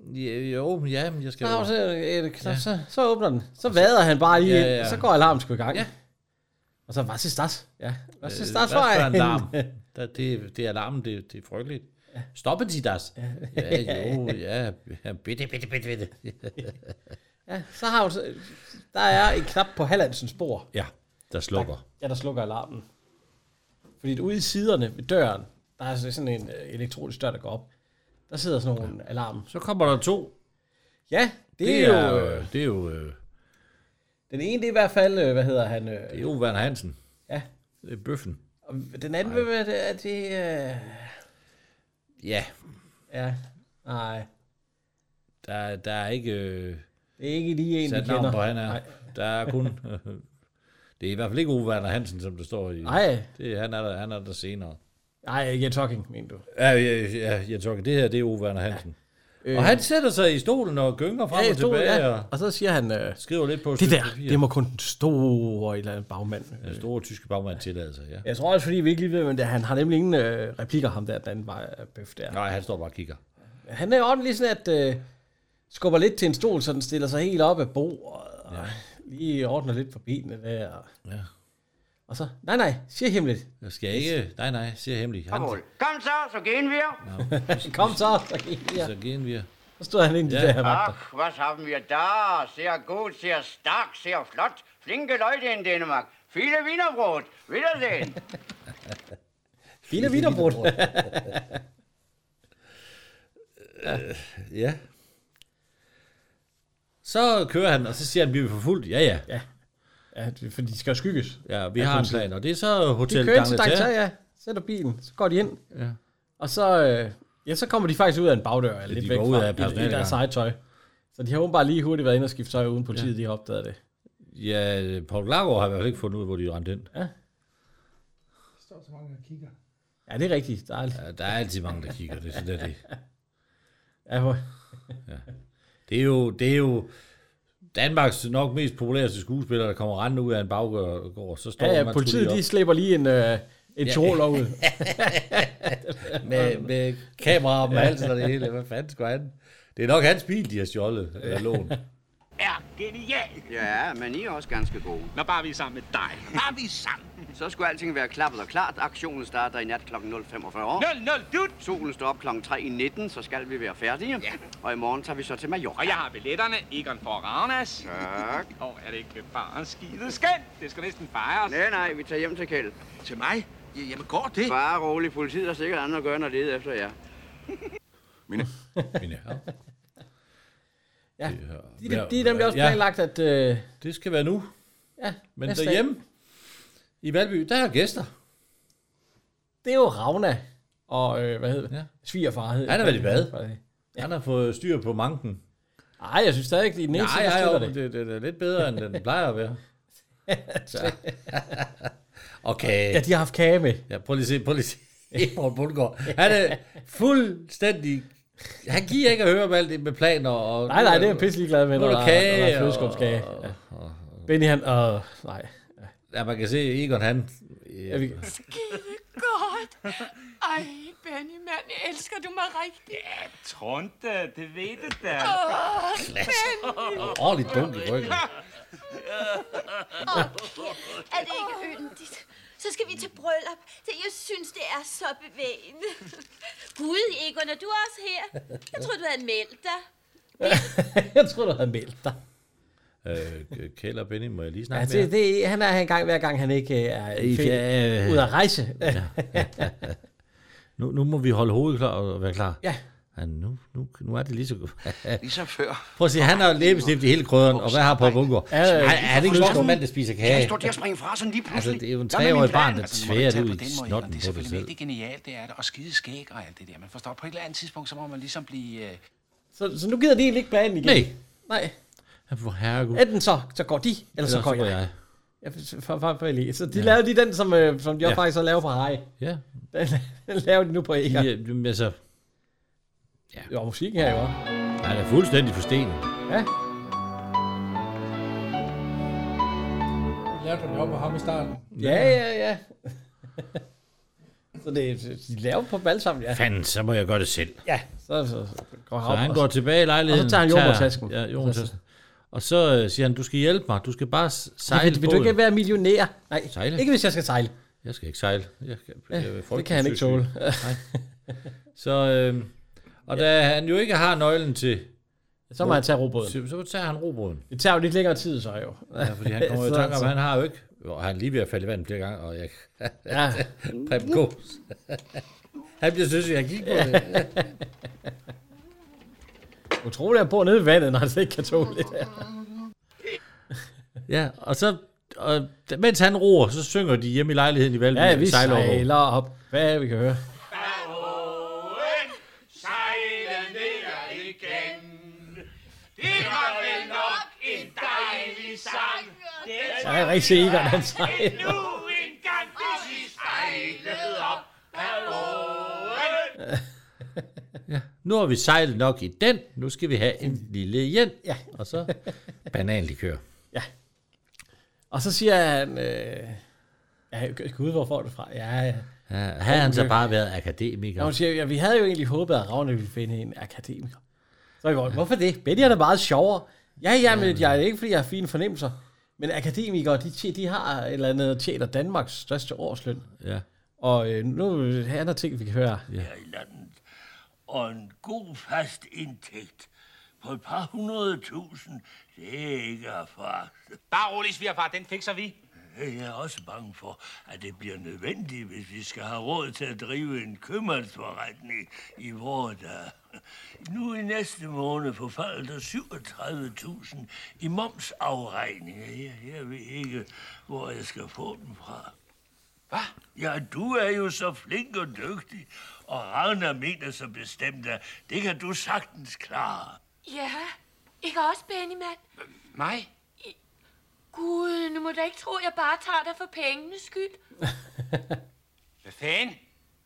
S2: Jo, ja, men jeg skal
S3: Nå,
S2: jo...
S3: så, øh, så,
S2: Ja.
S3: så, så åbner den. Så vader han bare lige
S2: Ja,
S3: ind,
S2: ja.
S3: og så går alarmen sgu i gang.
S2: Ja.
S3: Og så, hvad er det? Ja, hvad
S2: Øh,
S3: er det?
S2: hvad
S3: for
S2: for en
S3: en
S2: alarm? Der, det, det er alarmen, det, det er frygteligt. Stoppe de das. Ja, jo, ja. ja bitte, bitte, bitte, bitte.
S3: Ja, så har hun, så- der er en knap på Hallandsens bord.
S2: Ja, der slukker.
S3: Der, ja, der slukker alarmen. Fordi ude i siderne ved døren, der er sådan en øh, elektronisk dør, der går op. Der sidder sådan nogle ja. alarm.
S2: Så kommer der to.
S3: Ja, det,
S2: Det
S3: er,
S2: er
S3: jo...
S2: jo...
S3: Øh,
S2: Det er jo... Øh,
S3: den ene, det er i hvert fald, øh, hvad hedder han? Øh,
S2: det er jo Werner Hansen.
S3: Ja.
S2: Det er bøffen.
S3: Og den anden, hvad er det? Er det øh,
S2: Ja.
S3: ja, nej.
S2: Der, der er ikke... Øh,
S3: Det er ikke lige en,
S2: sat
S3: vi
S2: navn
S3: kender.
S2: på, han er.
S3: Nej.
S2: Der er kun... Øh, det er i hvert fald ikke Ove Werner Hansen, som der står i...
S3: Nej.
S2: Det, han, er der, han er der senere.
S3: Nej, Jens Hocking, mener du.
S2: Ja, ja, ja, jeg tror det her, det er Ove Werner Hansen. Ja.
S3: Øh,
S2: Og han sætter sig i stolen og gynger frem
S3: ja,
S2: og
S3: i stolen,
S2: tilbage.
S3: ja.
S2: Og
S3: Og så siger han... Øh,
S2: skriver lidt på et
S3: det
S2: stykke
S3: der,
S2: papir.
S3: det må kun den store eller anden bagmand.
S2: Den store tyske bagmand tillade sig, ja.
S3: Jeg tror også, fordi vi ikke lige ved, men det, han har nemlig ingen øh, replikker, ham der, den anden bare øh, bøf der.
S2: Nej, han står bare og kigger.
S3: Han er ordentligt sådan, at øh, skubber lidt til en stol, så den stiller sig helt op af bordet, og ja. lige ordner lidt på benene der. Og,
S2: ja.
S3: og så, nej, nej, siger hemmeligt.
S2: Jeg skal ikke, nej, nej, siger hemmeligt. Han,
S4: Kom så, så gehen wir.
S3: Kom så, så gik jeg.
S2: så gehen wir.
S3: Så stod han ind i de der vagter.
S4: Ach, was haben wir da? Sehr gut, sehr stark, sehr flott. Flinke Leute in Dänemark. Viele Wienerbrot. Wiedersehen.
S3: Fine wienerbrot.
S2: ja. ja. Så kører han, og så siger han, bliver vi forfulgt? Ja, ja.
S3: Ja, ja det- fordi de skal jo skygges.
S2: Ja, vi
S3: Ja,
S2: har en
S3: politiet.
S2: plan, og det er så
S3: De
S2: Hotel
S3: kører ind til
S2: D'Angleterre.
S3: D'Angleterre, ja. Sætter bilen, så går de ind.
S2: Ja.
S3: Og så, øh, ja, så kommer de faktisk ud af en bagdør, eller
S2: Ja,
S3: lidt
S2: de
S3: væk
S2: går ud
S3: fra
S2: af
S3: i, i deres
S2: personalegangen.
S3: eget tøj. Så de har jo bare lige hurtigt været inde og skifte tøj, uden politiet ja. de har opdaget det.
S2: Ja, Paul Glagård har i hvert fald ikke fundet ud, hvor de rendte ind.
S3: Ja.
S1: Der står så mange, der kigger.
S3: Ja, det er rigtigt. Der er,
S2: Ja, der er altid mange, der kigger. Det er sådan, det er det.
S3: ja, hvor...
S2: Ja. Det er jo, det er jo Danmarks nok mest populæreste skuespiller, der kommer rendende ud af en baggård. Så står
S3: Ja, ja,
S2: man
S3: politiet
S2: lige op.
S3: de slæber lige en, øh, en
S2: Ja.
S3: tjoler ud.
S2: med, med kamera om halsen og det hele. Hvad fanden skulle han? Det er nok hans bil, de har stjålet. Eller lån.
S5: Er genial.
S4: Ja, men I er også ganske gode.
S5: Når bare vi er sammen med dig.
S4: Bare vi er sammen. Så skulle alting være klappet og klart. Aktionen starter i nat klokken nul femogfyrre.
S5: nul nul dut.
S4: Solen står op klokken tre i nitten, så skal vi være færdige. Ja. Og i morgen tager vi så til Mallorca.
S5: Og jeg har billetterne. Egon for Ragnas.
S4: Tak.
S5: Og er det ikke bare skide skænd? Det skal næsten fejres.
S4: Nej, nej, vi tager hjem til Kjeld.
S10: Til mig? Ja, jamen går det?
S4: Bare rolig. Politiet har sikkert andet at gøre, end at lede efter jer.
S10: Mine.
S2: Mine, ja.
S3: Ja,
S2: Det
S3: de,
S2: her-
S3: de, de er nemlig også
S2: Ja.
S3: planlagt, at... Øh,
S2: Det skal være nu.
S3: ja,
S2: Men
S3: næste
S2: derhjemme,
S3: dag.
S2: i Valby, der er gæster.
S3: Det er jo Ragna og, øh, hvad hedder det?
S2: Ja.
S3: Svigerfar. hed-
S2: Han har været i bad.
S3: Ja.
S2: Han har fået styr på manken.
S3: Ej, jeg synes stadig ikke, det er den eneste,
S2: Nej,
S3: der
S2: ja,
S3: støtter
S2: jo,
S3: det.
S2: det, det, det er lidt bedre, end den plejer at være. Så. Okay.
S3: Ja, de har haft kage med.
S2: Ja, prøv lige at se, prøv lige at se. Poul Bundgaard. Han er fuldstændig... Han giver ikke at høre om alt det med planer og...
S3: Nej, nej, det er jeg pisselig glad med,
S2: Nu
S3: når
S2: er
S3: der,
S2: der
S3: er-
S2: kage
S3: når der er
S2: og-
S3: flødeskumskage. Ja. Benny, han... Åh, nej.
S2: Ja, man kan se, Egon han...
S3: Ja, vi,
S7: Skide godt. Ej, Benny, mand, elsker du mig rigtigt?
S5: Ja, Trunte, det ved du da.
S7: Åh,
S2: Klasse. Ordentligt dunk i ryggen.
S7: Åh, er det ikke yndigt? Så skal vi til bryllup. Det, jeg synes, det er så bevægende. Gud, Egon, er du også her? Jeg troede, du havde meldt dig.
S3: jeg tror, du havde meldt dig.
S2: Øh, Kjeld og Benny, må jeg lige
S3: Ja,
S2: snakke med
S3: det, det, han er en gang hver gang, han ikke er
S2: I-
S3: ferie,
S2: ja,
S3: ude at rejse.
S2: Ja, ja, ja. Nu, nu må vi holde hovedet klar og være klar.
S3: Ja.
S2: Ja, nu, nu, nu er det lige så godt.
S10: Ligesom før.
S2: Prøv at se, han har læbestift i hele krydderen, og hvad har Poul Bundgaard?
S3: Ja,
S2: Er,
S3: ja,
S2: er han ikke en voksen mand, der spiser
S4: Jeg
S2: kage?
S4: står der og springer fra sådan lige
S2: Altså,
S4: pludselig.
S2: det er jo en
S4: Hvad med min
S2: treårig
S4: plan?
S2: barn, der
S10: Altså, nu må
S2: tværer
S10: du tage
S2: det ud
S10: på
S2: i
S10: den måde,
S2: snotten
S10: Egon. Det er
S2: på sig
S10: selvfølgelig
S2: selv.
S10: det genialt, det er det. Og skide skæg og alt det der. Man forstår, på et eller andet tidspunkt, så må man ligesom blive... Øh...
S3: Så, så nu gider de egentlig ikke planen igen?
S2: Nej.
S3: Nej.
S2: Han får herregud.
S3: Enten så, så går de, eller så går jeg.
S2: jeg.
S3: Ja, for, for, for, lige. Så de ja. lavede de den, som, øh, som de også
S2: Ja.
S3: faktisk har lavet på Harry.
S2: Ja.
S3: Den, den laver de nu på Egon.
S2: Ja, jamen, altså,
S3: Jo, musikken her jo også.
S2: han er fuldstændig for stenen.
S3: Ja.
S1: Lærte du det op af ham i starten?
S3: Ja, ja, ja. Så det, de laver på dem alle sammen, ja.
S2: Fanden, så må jeg gøre det selv.
S3: Ja, så, så, så går
S2: Så han går tilbage i lejligheden.
S3: Og så tager han jordbærtasken.
S2: Ja, jordbærtasken. Og så øh, siger han, du skal hjælpe mig. Du skal bare sejle.
S3: Vil, vil du ikke være millionær? Nej,
S2: sejle?
S3: Ikke hvis jeg skal sejle.
S2: Jeg skal ikke sejle. Jeg skal,
S3: ja,
S2: jeg
S3: det kan han ikke tåle.
S2: Så, øh, og da han jo ikke har nøglen til...
S3: Så må han tage robåden.
S2: Så, så tager han robåden.
S3: Det tager jo lidt længere tid, så jo.
S2: Ja, fordi han kommer i tanke om, han har jo ikke... Og han er lige ved at falde i vandet flere gange, og jeg...
S3: Ja.
S2: Preben Gås. Han bliver synes, jeg kigger på det.
S3: Utroligt at bo nede i vandet, når han slet ikke kan tåle det der.
S2: Ja, og så... Og mens han roer, så synger de hjemme i lejligheden i Valby.
S3: Ja, vi sejler, sejler op. Hvad vi kan høre. Ja, jeg er rigtig sikker, han sejler.
S4: Nu en gang, hvis vi sejlede op af
S2: Ja, nu har vi sejlet nok i den. Nu skal vi have en lille igen.
S3: Ja.
S2: Og så bananlikør.
S3: Ja. Og så siger han... Øh, ja, gud, hvor får du det fra? Ja, ja.
S2: Ja, havde han så bare været akademiker?
S3: Ja, hun siger, ja, vi havde jo egentlig håbet, at Ravne ville finde en akademiker. Så jeg går, hvorfor det? Betty er da meget sjovere. Ja, ja, men jeg er ikke, fordi jeg har fine fornemmelser. Men akademikere, de, de har et eller andet tjener Danmarks største årsløn.
S2: Ja.
S3: Og øh, nu er andre ting, vi kan høre.
S11: Ja. Her i landet. Og en god fast indtægt på et par hundrede tusind, det er ikke at foragte.
S5: Bare rolig, svigerfar, den fikser vi.
S11: Jeg er også bange for, at det bliver nødvendigt, hvis vi skal have råd til at drive en købmandsforretning i vores dage. Nu i næste måned forfalder der syvogtredive tusind i momsafregninger. Jeg, jeg ved ikke, hvor jeg skal få dem fra. Hvad? Ja, du er jo så flink og dygtig, og Ragnar mener så bestemt, at det kan du sagtens klare.
S12: Ja, ikke også, Benny, mand?
S5: Mig?
S12: Gud, nu må du ikke tro, at jeg bare tager dig for pengenes skyld.
S5: Hvad fanden?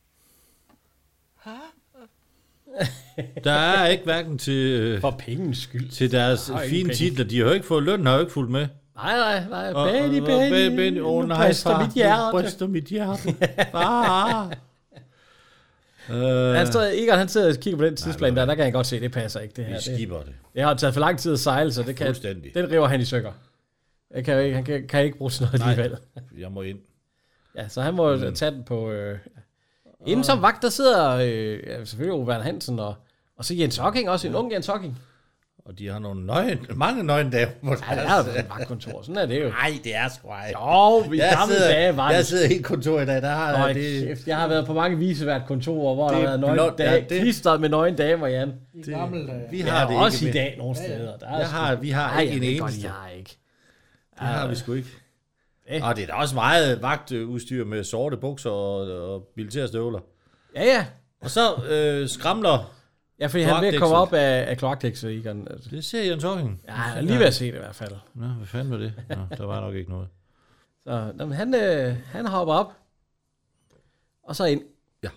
S2: Der er ikke hverken til...
S3: For pengens skyld.
S2: Til deres fine titler. De har jo ikke fået løn, har jo ikke fulgt med.
S3: Nej, nej, nej.
S2: Og,
S3: Benny,
S2: og,
S3: Benny.
S2: Benny. Åh
S3: nu
S2: nej,
S3: brister
S2: far.
S3: mit hjerte.
S2: Nu brister mit hjerte. Far.
S3: Uh, han står, Egon, han sidder og kigger på den tidsplan der, der kan han godt se, at det passer ikke, det her.
S2: Vi skipper det.
S3: Det har taget for lang tid at sejle, så det kan, den river han i stykker. Det kan, ikke, han kan, kan ikke bruge sådan noget alligevel.
S2: Jeg må ind.
S3: Ja, så han må mm. tage den på... Øh, inden som vagt, der sidder øh, ja, selvfølgelig Ove Werner Hansen, og, og så Jens Hocking, også en ung Jens Hocking.
S2: Og de har nogle nøgen, mange nøgen dage.
S3: Ja, det er jo et vagtkontor, sådan er det jo.
S2: Nej, det er sgu ej.
S3: Jo, i gamle
S2: sidder,
S3: dage var det.
S2: Jeg sidder i et kontor i dag, der har
S3: Øj,
S2: det...
S3: Kæft, jeg har været på mange visevært-kontorer, hvor
S2: det
S3: der har været nøgen
S2: blot,
S3: dage,
S2: ja, det...
S3: klistret med nøgen damer, Jan.
S1: I gamle dage.
S2: Vi har
S3: ja,
S2: det
S3: også
S2: ikke
S3: i dag
S2: med.
S3: nogle steder. Der er
S2: jeg har, vi har
S3: Ej,
S2: ikke en
S3: jeg
S2: eneste.
S3: Godt, jeg har ikke.
S2: Det har vi sgu ikke. Det. Og det er da også meget vagtudstyr med sorte bukser og, og militærstøvler.
S3: Ja, ja.
S2: Og så øh, skramler...
S3: Ja, fordi han er ved at komme op af, af kloakdækset, Egon. Altså.
S2: Det ser Jens Hocking.
S3: Ja, jeg er lige ved at se det i hvert fald.
S2: Nå, hvad fanden var det? Nå, der var nok ikke noget.
S3: Så jamen, han, øh, han hopper op. Og så ind.
S2: Ja.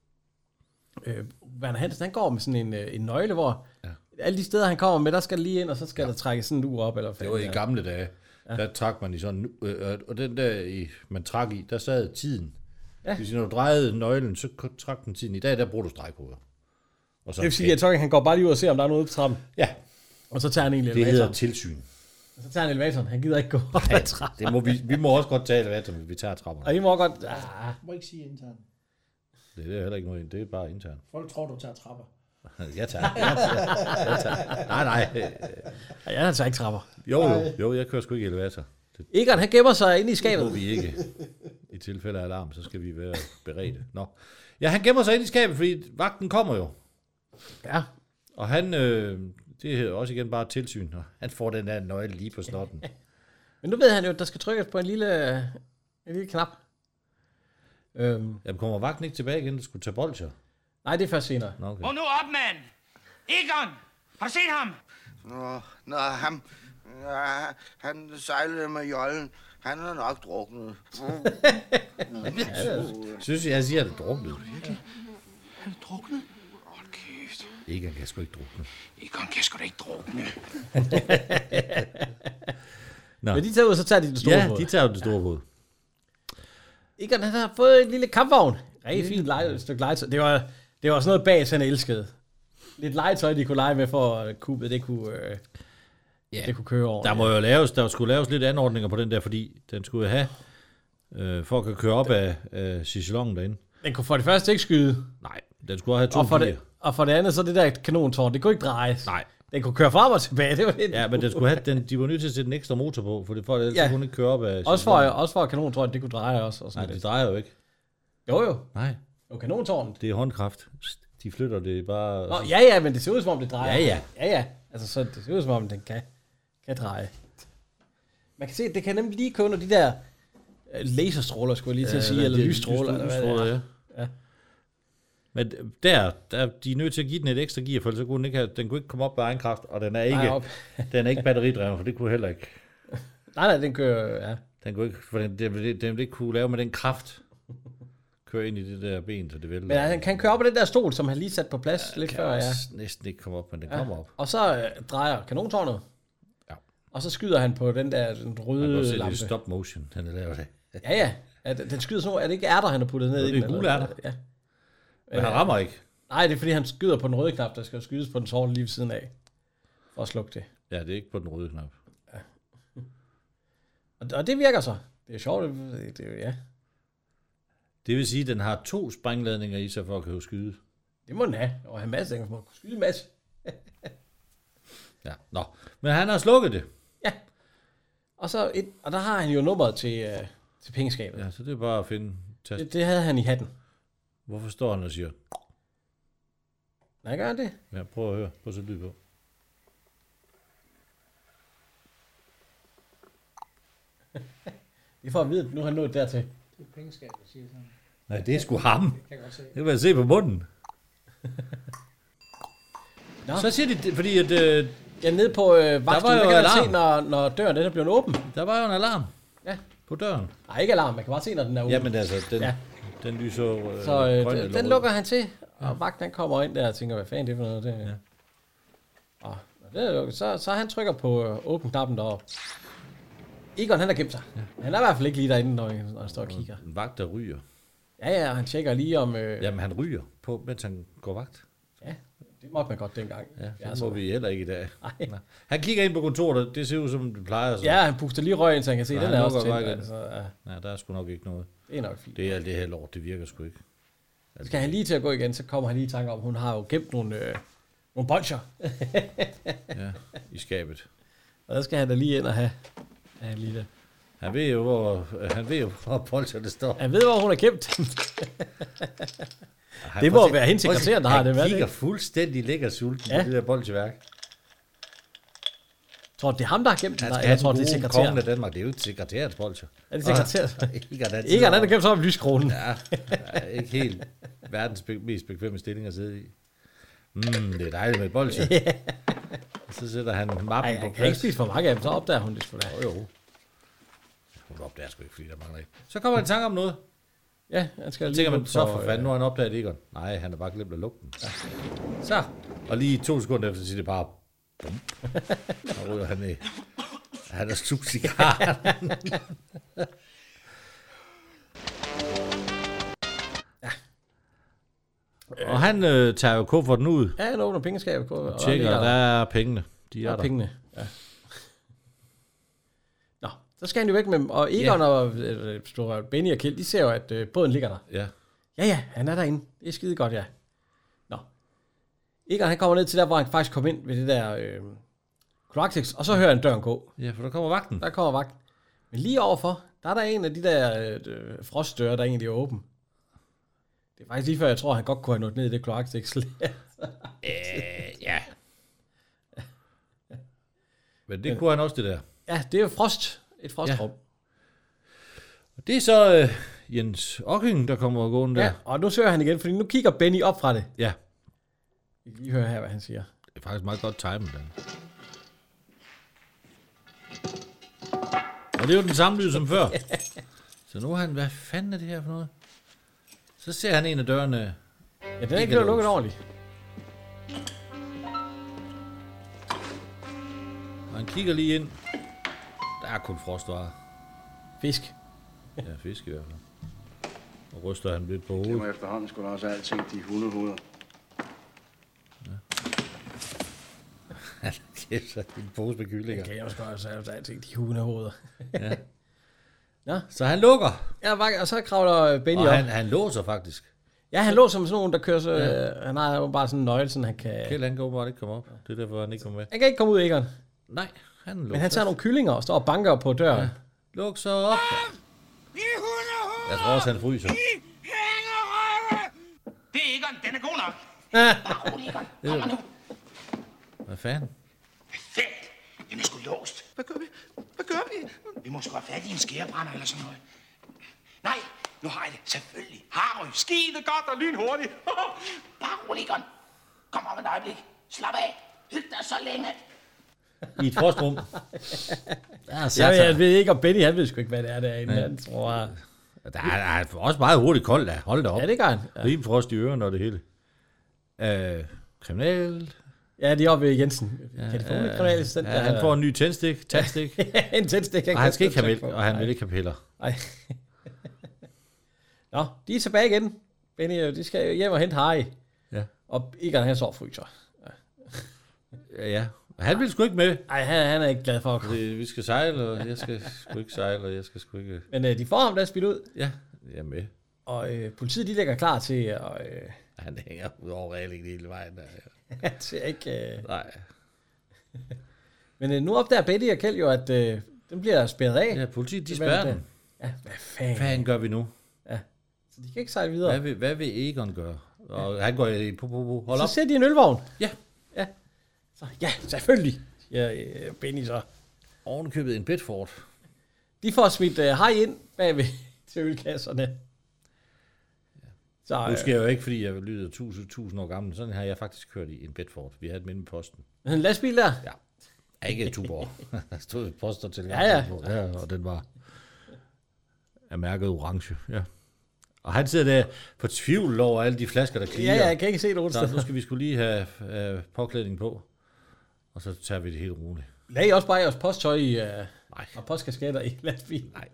S3: Øh, Werner Hansen, han går med sådan en, en nøgle, hvor
S2: ja.
S3: alle de steder, han kommer med, der skal lige ind, og så skal ja. der trækkes sådan en ur op. Eller
S2: det var i gamle dage. Ja. Der trak man i sådan... Øh, og den der, i, man trak i, der sad tiden. Ja. Hvis du drejede nøglen, så trak den tiden. I dag, der bruger du stregkoder. Og så
S3: det vil sige, at Hocking, han går bare lige ud og ser, om der er noget på trappen.
S2: Ja.
S3: Og så tager han egentlig elevatoren.
S2: Det hedder tilsyn.
S3: Og så tager han elevatoren. Han gider ikke gå op ad trappen.
S2: Det må vi, vi må også godt tage elevatoren, hvis vi tager trapperne.
S3: Og I må godt... Ah.
S1: Du må ikke sige internt.
S2: Det er heller ikke noget, det er bare internt.
S1: Folk tror, du tager trapper.
S2: jeg tager. Jeg tager. Jeg tager. Nej, nej.
S3: Ja, jeg tager ikke trapper.
S2: Jo, jo, jo, jeg kører sgu ikke elevator. Det,
S3: Egon, han gemmer sig inde i skabet.
S2: Det må vi ikke. I tilfælde af alarm, så skal vi være beredte. Nå. Ja, han gemmer sig inde i skabet, fordi vagten kommer jo.
S3: Ja.
S2: Og han, øh, det er også igen bare tilsyn, og han får den der nøgle lige på snotten.
S3: Men nu ved han jo, at der skal trykkes på en lille, en lille knap.
S2: Øhm. Jamen kommer vagten ikke tilbage igen, der skulle tage bolcher?
S3: Nej, det er først senere.
S2: Nå, okay.
S5: Vågn nu op, mand! Egon! Har du set ham?
S6: Nå, nå ham... Ja, han sejlede med jollen. Han er nok druknet.
S2: Synes jeg, jeg siger, at det er druknet.
S10: Virkelig? Han er druknet? Hold kæft.
S2: Egon kan sgu ikke drukne.
S10: Egon kan sgu da ikke drukne.
S3: Men de tager ud, så tager de det store
S2: ja,
S3: hoved.
S2: Ja, de tager jo det store hoved.
S3: Egon, han har fået en lille kampvogn. Rigtig fint lege, stykke legetøj. Det var, det var sådan noget bag, han elskede. Lidt legetøj, de kunne lege med, for at kubet, det kunne, øh, ja. det kunne køre over.
S2: Der må jo laves, der skulle laves lidt anordninger på den der, fordi den skulle have, øh, for at kunne køre op af, af Cicelongen derinde.
S3: Den kunne for det første ikke skyde.
S2: Nej, den skulle have to
S3: og for, det, og for det andet, så det der kanontårn, det kunne ikke drejes.
S2: Nej.
S3: Den kunne køre frem og tilbage, det var lidt...
S2: Ja, men den skulle have, den, de var nødt til at sætte en ekstra motor på, for det for ellers ja. kunne ikke køre op af
S3: også for, også for kanontårn, det kunne dreje også. Og sådan
S2: Nej,
S3: lidt.
S2: det drejer jo ikke.
S3: Jo jo.
S2: Nej.
S3: Jo, kanontårnet.
S2: Det er håndkraft. De flytter det bare...
S3: Nå, ja, ja, men det ser ud som om, det drejer.
S2: Ja, ja.
S3: Ja, ja. Altså, så det ser ud som om, den kan, kan dreje. Man kan se, det kan nemlig lige gå under de der laserstråler, skulle jeg lige til at sige, ja, eller lysstråler. Eller hvad det er.
S2: Ja. ja. Men der, der, de er nødt til at give den et ekstra gear, for så kunne den ikke have, den kunne ikke komme op med egen kraft, og den er ikke, nej, den er ikke batteridrevet, for det kunne heller ikke.
S3: Nej, nej, den kører, ja. Den
S2: kunne ikke, for den, den, den, den ikke kunne lave med den kraft. Køre ind i det der ben, så det vælter.
S3: Men han kan køre op på den der stol, som han lige sat på plads ja, lidt før, ja.
S2: næsten ikke komme op, men den
S3: ja.
S2: kommer op.
S3: Og så øh, drejer kanontårnet.
S2: Ja.
S3: Og så skyder han på den der den røde lampe.
S2: Man kan se, det er stop motion, han har lavet det.
S3: Ja, ja. At, den skyder sådan noget, er det ikke ærter, han har puttet ned i den?
S2: Det er gule ærter.
S3: Ja.
S2: Men han rammer ikke.
S3: Nej, det er fordi, han skyder på den røde knap, der skal skydes på den sorte lige ved siden af. For at slukke det.
S2: Ja, det er ikke på den røde knap.
S3: Ja. Og, og det virker så. Det er sjovt, det, det, ja.
S2: Det vil sige, at den har to sprængladninger i sig for at kunne skyde.
S3: Det må den have. Og have masser, den kan skyde en masse.
S2: Ja, nå. Men han har slukket det.
S3: Ja. Og, så et, og der har han jo nummeret til, uh, til pengeskabet.
S2: Ja, så det er bare at finde tast.
S3: Det, det havde han i hatten.
S2: Hvorfor står han og siger?
S3: Nej, gør han det?
S2: Ja, prøv at høre. Prøv at sætte lyd på.
S3: Vi får at vide, at nu har han nået dertil.
S1: Det er pengeskabet, siger sådan.
S2: Nej, det er sgu ham.
S1: Det kan jeg godt se.
S2: Det kan man se på munden.
S3: Nå.
S2: Så siger de, fordi at... Øh,
S3: ja, nede på øh, vagtstuen, der, der kan man se, når, når døren den er blevet åben.
S2: Der var jo en alarm.
S3: Ja.
S2: På døren.
S3: Nej, ikke alarm. Man kan bare se, når den er åben.
S2: Ja, men altså, den,
S3: ja.
S2: den lyser øh,
S3: så øh,
S2: grøn
S3: den, den lukker han til, og ja. Vagten kommer ind der og tænker, hvad fanden det er for noget. Det, ja. Og det er lukket. Så, så han trykker på øh, åben knappen deroppe. Egon, han har gemt sig. Ja. Han er i hvert fald ikke lige derinde, når, når han står og kigger.
S2: En vagt, der ryger.
S3: Ja, ja, han tjekker lige om... Øh...
S2: Jamen, han ryger på, mens han går vagt.
S3: Ja, det måtte man godt dengang.
S2: Ja, det
S3: ja,
S2: må vi heller ikke i dag. Nej. Han kigger ind på kontoret, det ser ud som det plejer. Så.
S3: Ja, han puster lige røg ind, så han kan se, nej, den er også tændt.
S2: Altså, ja. Nej, der er sgu nok ikke noget.
S3: Det er nok fint.
S2: Det er alt det her lort, det virker sgu ikke.
S3: Altså, skal han lige til at gå igen, så kommer han lige i tanke om, hun har jo gemt nogle, øh, nogle bolcher.
S2: Ja, i skabet.
S3: Og der skal han da lige ind og have, have lige det.
S2: Han ved jo, hvor, han ved jo, hvor bolcherne står.
S3: Han ved, hvor hun har gemt dem. Det må være hende sekretæren, der har det.
S2: Han kigger fuldstændig lækker sulten ja. på det der bolcheværk.
S3: Tror du, det er ham, der har gemt den?
S2: Der,
S3: jeg tror, det er sekretæren.
S2: Kongen af Danmark, det er jo ikke sekretærens bolcher.
S3: Er det sekretæren?
S2: Ikke han
S3: Ikke han har gemt sig op i lyskronen.
S2: Ja, ja, ikke helt verdens be- mest bekvemme stilling at sidde i. Mm, det er dejligt med et bolcher. Yeah. Så sætter han mappen Ej, på plads.
S3: Han kan ikke spise for mange af dem, så opdager hun det sgu da.
S2: Jo, jo. Hun opdager sgu ikke, fordi der mangler ikke. Så kommer han i tanke om noget.
S3: Ja, han skal
S2: lige... Så tænker man, så for fanden, nu har han opdaget Egon. Nej, han har bare glemt at lukke den. Ja. Så. Og lige to sekunder efter, så siger det bare... Bum. Og ryger han i... Han har slugt cigaren.
S3: Ja.
S2: Og han øh, tager jo kufferten ud.
S3: Ja, han åbner pengeskabet.
S2: Og tjekker, der, der er pengene. De er
S3: der.
S2: der.
S3: Pengene, ja. Nå, så skal han jo væk med dem. Og Egon ja. og øh, Benny og Kjeld, de ser jo, at øh, båden ligger der.
S2: Ja.
S3: Ja, ja, han er derinde. Det er skide godt, ja. Nå. Egon, han kommer ned til der, hvor han faktisk kom ind ved det der øh, kloaksex, og så hører han døren gå.
S2: Ja, for der kommer vagten.
S3: Der kommer vagten. Men lige overfor, der er der en af de der øh, frostdøre, der egentlig er åben. Det er faktisk lige før, jeg tror, han godt kunne have nået ned i det kloaksex.
S2: øh, ja. Men det kunne han også, det der.
S3: Ja, det er jo frost. Et frostrum.
S2: Ja. Det er så øh, Jens Ocking, der kommer og går der.
S3: Ja, og nu søger han igen, fordi nu kigger Benny op fra det.
S2: Ja.
S3: Vi kan lige høre her, hvad han siger.
S2: Det er faktisk meget godt timet, den. Og det er jo den samme lyd som før. Så nu er han, hvad fanden er det her for noget? Så ser han en af dørene.
S3: Ja, den er ikke blevet lukket ordentligt.
S2: Og han kigger lige ind. Der er kun frostvarer.
S3: Fisk.
S2: Ja, fisk i hvert fald. Og ryster han lidt på
S13: Det
S2: hovedet.
S13: var efterhånden sgu da også alting de hundehoveder.
S2: Han kæft sig en pose med kyllinger.
S3: Det kan jeg også godt have sagt, alting de hundehoveder.
S2: Ja.
S3: Nå.
S2: Så han lukker.
S3: Ja, og så kravler Benny
S2: Og
S3: op.
S2: han, han låser faktisk.
S3: Ja, han låser som sådan nogen, der kører så...
S2: Ja.
S3: Øh, han har jo bare sådan en nøgle, så han kan...
S2: Kjeld, han kan åbenbart ikke komme op. Det er derfor, han ikke kommer med.
S3: Han kan ikke komme ud, Egon.
S2: Nej, han lukker.
S3: Men han tager nogle kyllinger og står og banker på døren. Ja.
S2: Luk så op. Jeg tror også, han fryser.
S5: Det er Egon, den er god nok.
S12: Bare rolig, Egon. Kom nu.
S2: Hvad fanden?
S5: Fedt. Den er sgu låst.
S8: Hvad gør vi? Hvad gør vi?
S5: Vi må sgu have fat i en skærebrænder eller sådan noget. Nej, nu har jeg det. Selvfølgelig. Harry, skide godt og lynhurtigt.
S12: Bare rolig, Egon. Kom op et øjeblik. Slap af. Hyg dig så længe.
S2: I et frostrum.
S3: Ja, jeg, jeg ved ikke, om Benny, han ved sgu ikke, hvad det er derinde.
S2: Ja.
S3: Han tror, at...
S2: Der er, er også meget hurtigt koldt, da. Hold da op.
S3: Ja, det gør han. Ja.
S2: Rim frost i ørerne og det hele. Øh, kriminal.
S3: Ja, de er oppe ved Jensen. Ja, kan det få en kriminalassistent?
S2: Ja, han får en ny tændstik. tændstik.
S3: En tændstik.
S2: Han og han skal ikke have mælk, og han vil ikke have piller.
S3: Nej. Nå, de er tilbage igen. Benny, de skal hjem og hente Harry.
S2: Ja.
S3: Og Egon, han så fryser.
S2: Ja, ja. Han vil sgu ikke med.
S3: Nej, han, han er ikke glad for at komme.
S2: Vi skal sejle, og jeg skal sgu ikke sejle, og jeg skal sgu ikke...
S3: Men øh, de får ham lastbil ud.
S2: Ja, jeg er med.
S3: Og øh, politiet, de ligger klar til at... Øh,
S2: han hænger ud over reglingen hele vejen. Der.
S3: Han ser ikke... Øh...
S2: Nej.
S3: Men øh, nu opdager Betty og Kjeld jo, at øh, den bliver spærret af.
S2: Ja, politiet, de spærrer den.
S3: Ja, hvad fanden?
S2: Hvad fanden gør vi nu?
S3: Ja, så de kan ikke sejle videre.
S2: Hvad vil, hvad vil Egon gøre? Og han går i po, po, po. Hold
S3: så
S2: op.
S3: ser de en ølvogn.
S2: Ja.
S3: Ja, så, ja selvfølgelig. Ja, øh, Benny så.
S2: Ovenkøbet en Bedford.
S3: De får smidt øh, Harry ind bagved til ølkasserne.
S2: Så, nu skal jeg jo ikke, fordi jeg lyder tusind, tusind år gammel. Sådan har jeg faktisk kørt i en Bedford. Vi havde et minde med posten.
S3: En lastbil der?
S2: Ja. Ikke Tuborg. Der stod poster til.
S3: Ja, ja.
S2: ja. Og den var er mærket orange. Ja. Og han sidder der på tvivl over alle de flasker, der kliger.
S3: Ja, ja, jeg kan ikke se det nogen
S2: Så nu skal vi skulle lige have uh, påklædning på. Og så tager vi det helt roligt.
S3: Lagde I også bare jeres posttøj i, uh,
S2: Nej.
S3: og postkasketter i lastbilen?
S2: Nej.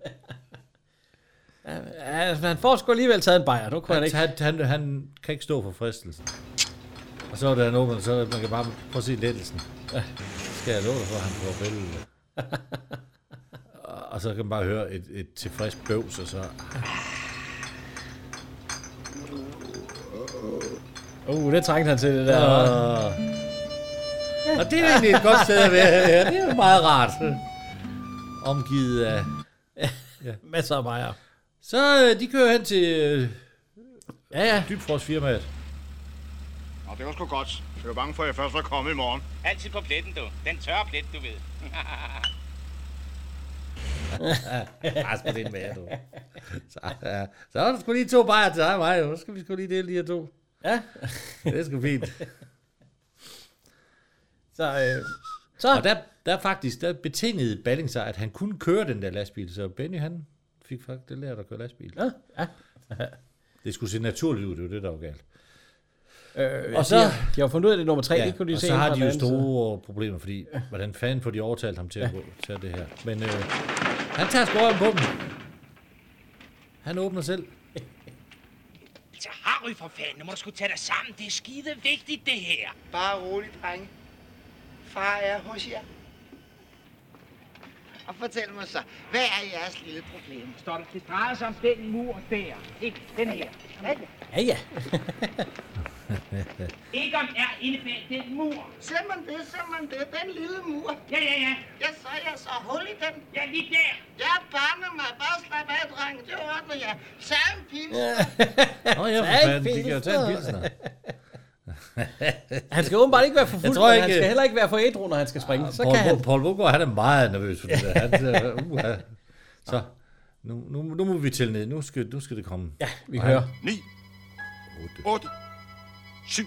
S3: Ja, han får sgu alligevel taget en bajer. Nu kunne han,
S2: han,
S3: ikke.
S2: Han, han, han kan ikke stå for fristelsen. Og så er der en åbner, så man kan bare prøve at se lettelsen. Ja. Skal jeg love dig for, at han får billede. Og så kan man bare høre et, et tilfreds bøvs, og så...
S3: Uh, det trængte han til, det der.
S2: Og, og det er egentlig et godt sted at være her. Det er jo meget rart. Omgivet af...
S3: Ja. Masser af bajer.
S2: Så de kører hen til øh,
S3: ja, ja.
S2: Dybfrostfirmaet.
S14: Nå, det var sgu godt. Jeg var bange for, at jeg først var kommet i morgen.
S5: Altid på pletten, du. Den tørre plet, du ved.
S2: Bare sgu det med, du. Så, ja. Så er der sgu lige to bajer til dig og mig. Så skal vi sgu lige dele de her to.
S3: Ja.
S2: Det er sgu fint.
S3: Så, øh, så.
S2: Og der, der faktisk, der betingede Balling sig, at han kunne køre den der lastbil. Så Benny, han fik faktisk det lært at køre lastbil.
S3: Ja, ja.
S2: Det skulle se naturligt ud, det var det, der var galt.
S3: Øh, og så, de, har, de har fundet ud af det nummer tre,
S2: ja,
S3: det kunne de
S2: og
S3: se.
S2: så har de jo store så. problemer, fordi ja. hvordan fanden får de overtalt ham til ja. at gå, tage det her. Men øh, han tager skåren på dem. Han åbner selv.
S5: Så Harry for fanden, nu må du sgu tage dig sammen. Det er skide vigtigt, det her.
S8: Bare roligt, drenge. Far er hos jer. Og fortæl mig så, hvad er jeres lille problem?
S5: Står der, det drejer sig om den mur der. Ikke den her.
S3: Ja, ja.
S5: Egon er inde bag den mur.
S8: Ser man det, ser man det. Den lille mur.
S5: Ja, ja, ja.
S8: Ja, så er jeg så hul i den.
S5: Ja, lige der.
S8: Ja, bange mig. Bare slap af, drenge. Det ordner jeg. Sam pilsner.
S2: Nå ja, for fanden. De kan jo tage en pilsner.
S3: Han skal åbenbart ikke være for fuld, men
S2: ikke,
S3: han skal heller ikke være for ædru, når han skal springe.
S2: Ja,
S3: så
S2: Paul,
S3: kan han...
S2: Paul Bogård, han er meget nervøs for det der. Han siger, uh, så, nu, nu, nu må vi tælle ned. Nu skal, nu skal det komme.
S3: Ja, vi og hører.
S14: ni, otte, syv.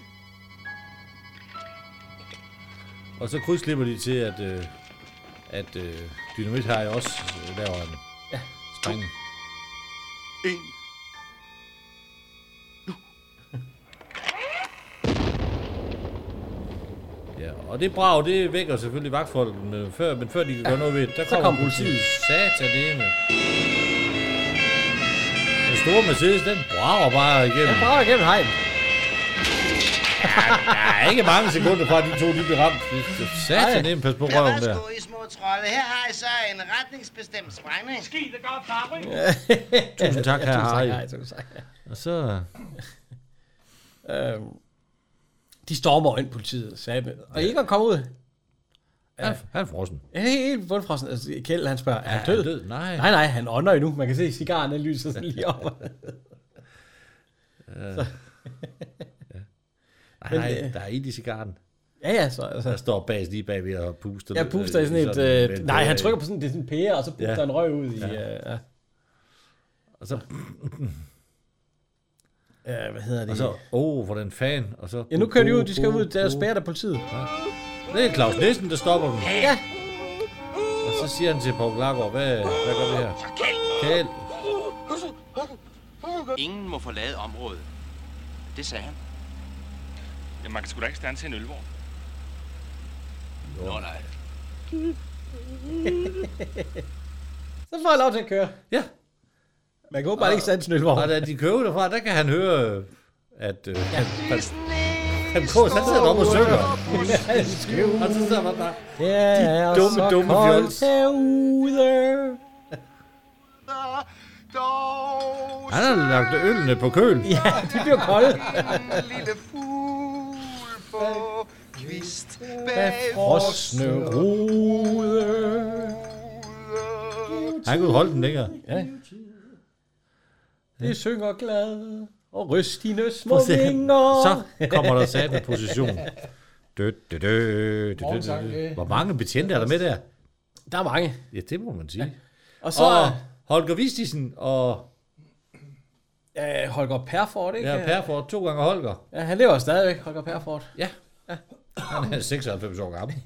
S2: Og så krydsklipper de til, at, øh, at øh, Dynamit har jo også øh, laver en
S3: ja.
S2: sprængning.
S14: en.
S2: Ja, og det brag, det vækker selvfølgelig vagtfolken, men før, men før de kan gøre noget ved det, der kommer
S3: kom
S2: politiet satan det med. Med store Mercedes, den brager bare igennem.
S3: Den brager igennem hegn.
S2: Ja, der er ikke mange sekunder fra, de to de bliver ramt. Det satan nemt, pas på røven der.
S15: Værsgo, I små trolde. Her har I så en retningsbestemt sprængning.
S5: Skide godt, Harry.
S2: Tusind tak, her Harry. Og så...
S3: Øhm, de stormer ind politiet, sagde og Egon kom ud.
S2: Ja, han er frossen.
S3: Ja, helt bundfrossen. Altså, Kjeld, han spørger, er han død?
S2: død? Nej.
S3: Nej, nej, han ånder endnu. Man kan se cigaren, den lyser sådan lige op.
S2: Ja. Nej, nej, der er ild i cigaren.
S3: Ja, ja, så altså.
S2: Der står bag lige bagved og puster.
S3: Ja, puster i sådan et... Øh, et nej, han trykker på sådan, det er sådan en pære, og så puster ja. en røg ud i... Ja. Øh, ja.
S2: Og så...
S3: Ja, hvad hedder det?
S2: Og så, åh, oh, for den fan, og så...
S3: Ja, nu kører de ud, de skal ud, der er spærret af politiet. Ja.
S2: Det er Claus Nissen, der stopper dem.
S3: Ja.
S2: Og så siger han til Poul Lagergaard, hvad, hvad gør vi her? Kjeld.
S4: Ingen må forlade området. Det sagde han.
S5: Ja, man kan sgu da ikke stande til en ølvogn.
S4: Nå, nej.
S3: Så får jeg lov til at køre.
S2: Ja.
S3: Man kan jo bare ikke stande til en ølvogn.
S2: Og da de kører derfra, der kan han høre, at... Øh, ja. Han, han, Kås, han sidder deroppe og synger. Og så sidder man bare...
S3: Ja,
S2: de dumme, dumme fjols. Han har lagt ølene på køl.
S3: Ja, de bliver kolde.
S15: Lille fugl på kvist
S3: bag frosne ruder.
S2: Han kunne holde den længere.
S3: Ja. Det synger glad og ryst dine små vinger.
S2: Så kommer der sat med position. Dø, dø, dø, dø, dø, dø. Hvor mange betjente er der med der?
S3: Der er mange.
S2: Ja, det må man sige. Ja.
S3: Og så
S2: og Holger Vistisen og...
S3: Ja, Holger Perfort, ikke?
S2: Ja, Perfort. To gange Holger.
S3: Ja, han lever stadigvæk, Holger Perfort.
S2: Ja. ja. Han er seksoghalvfems år gammel.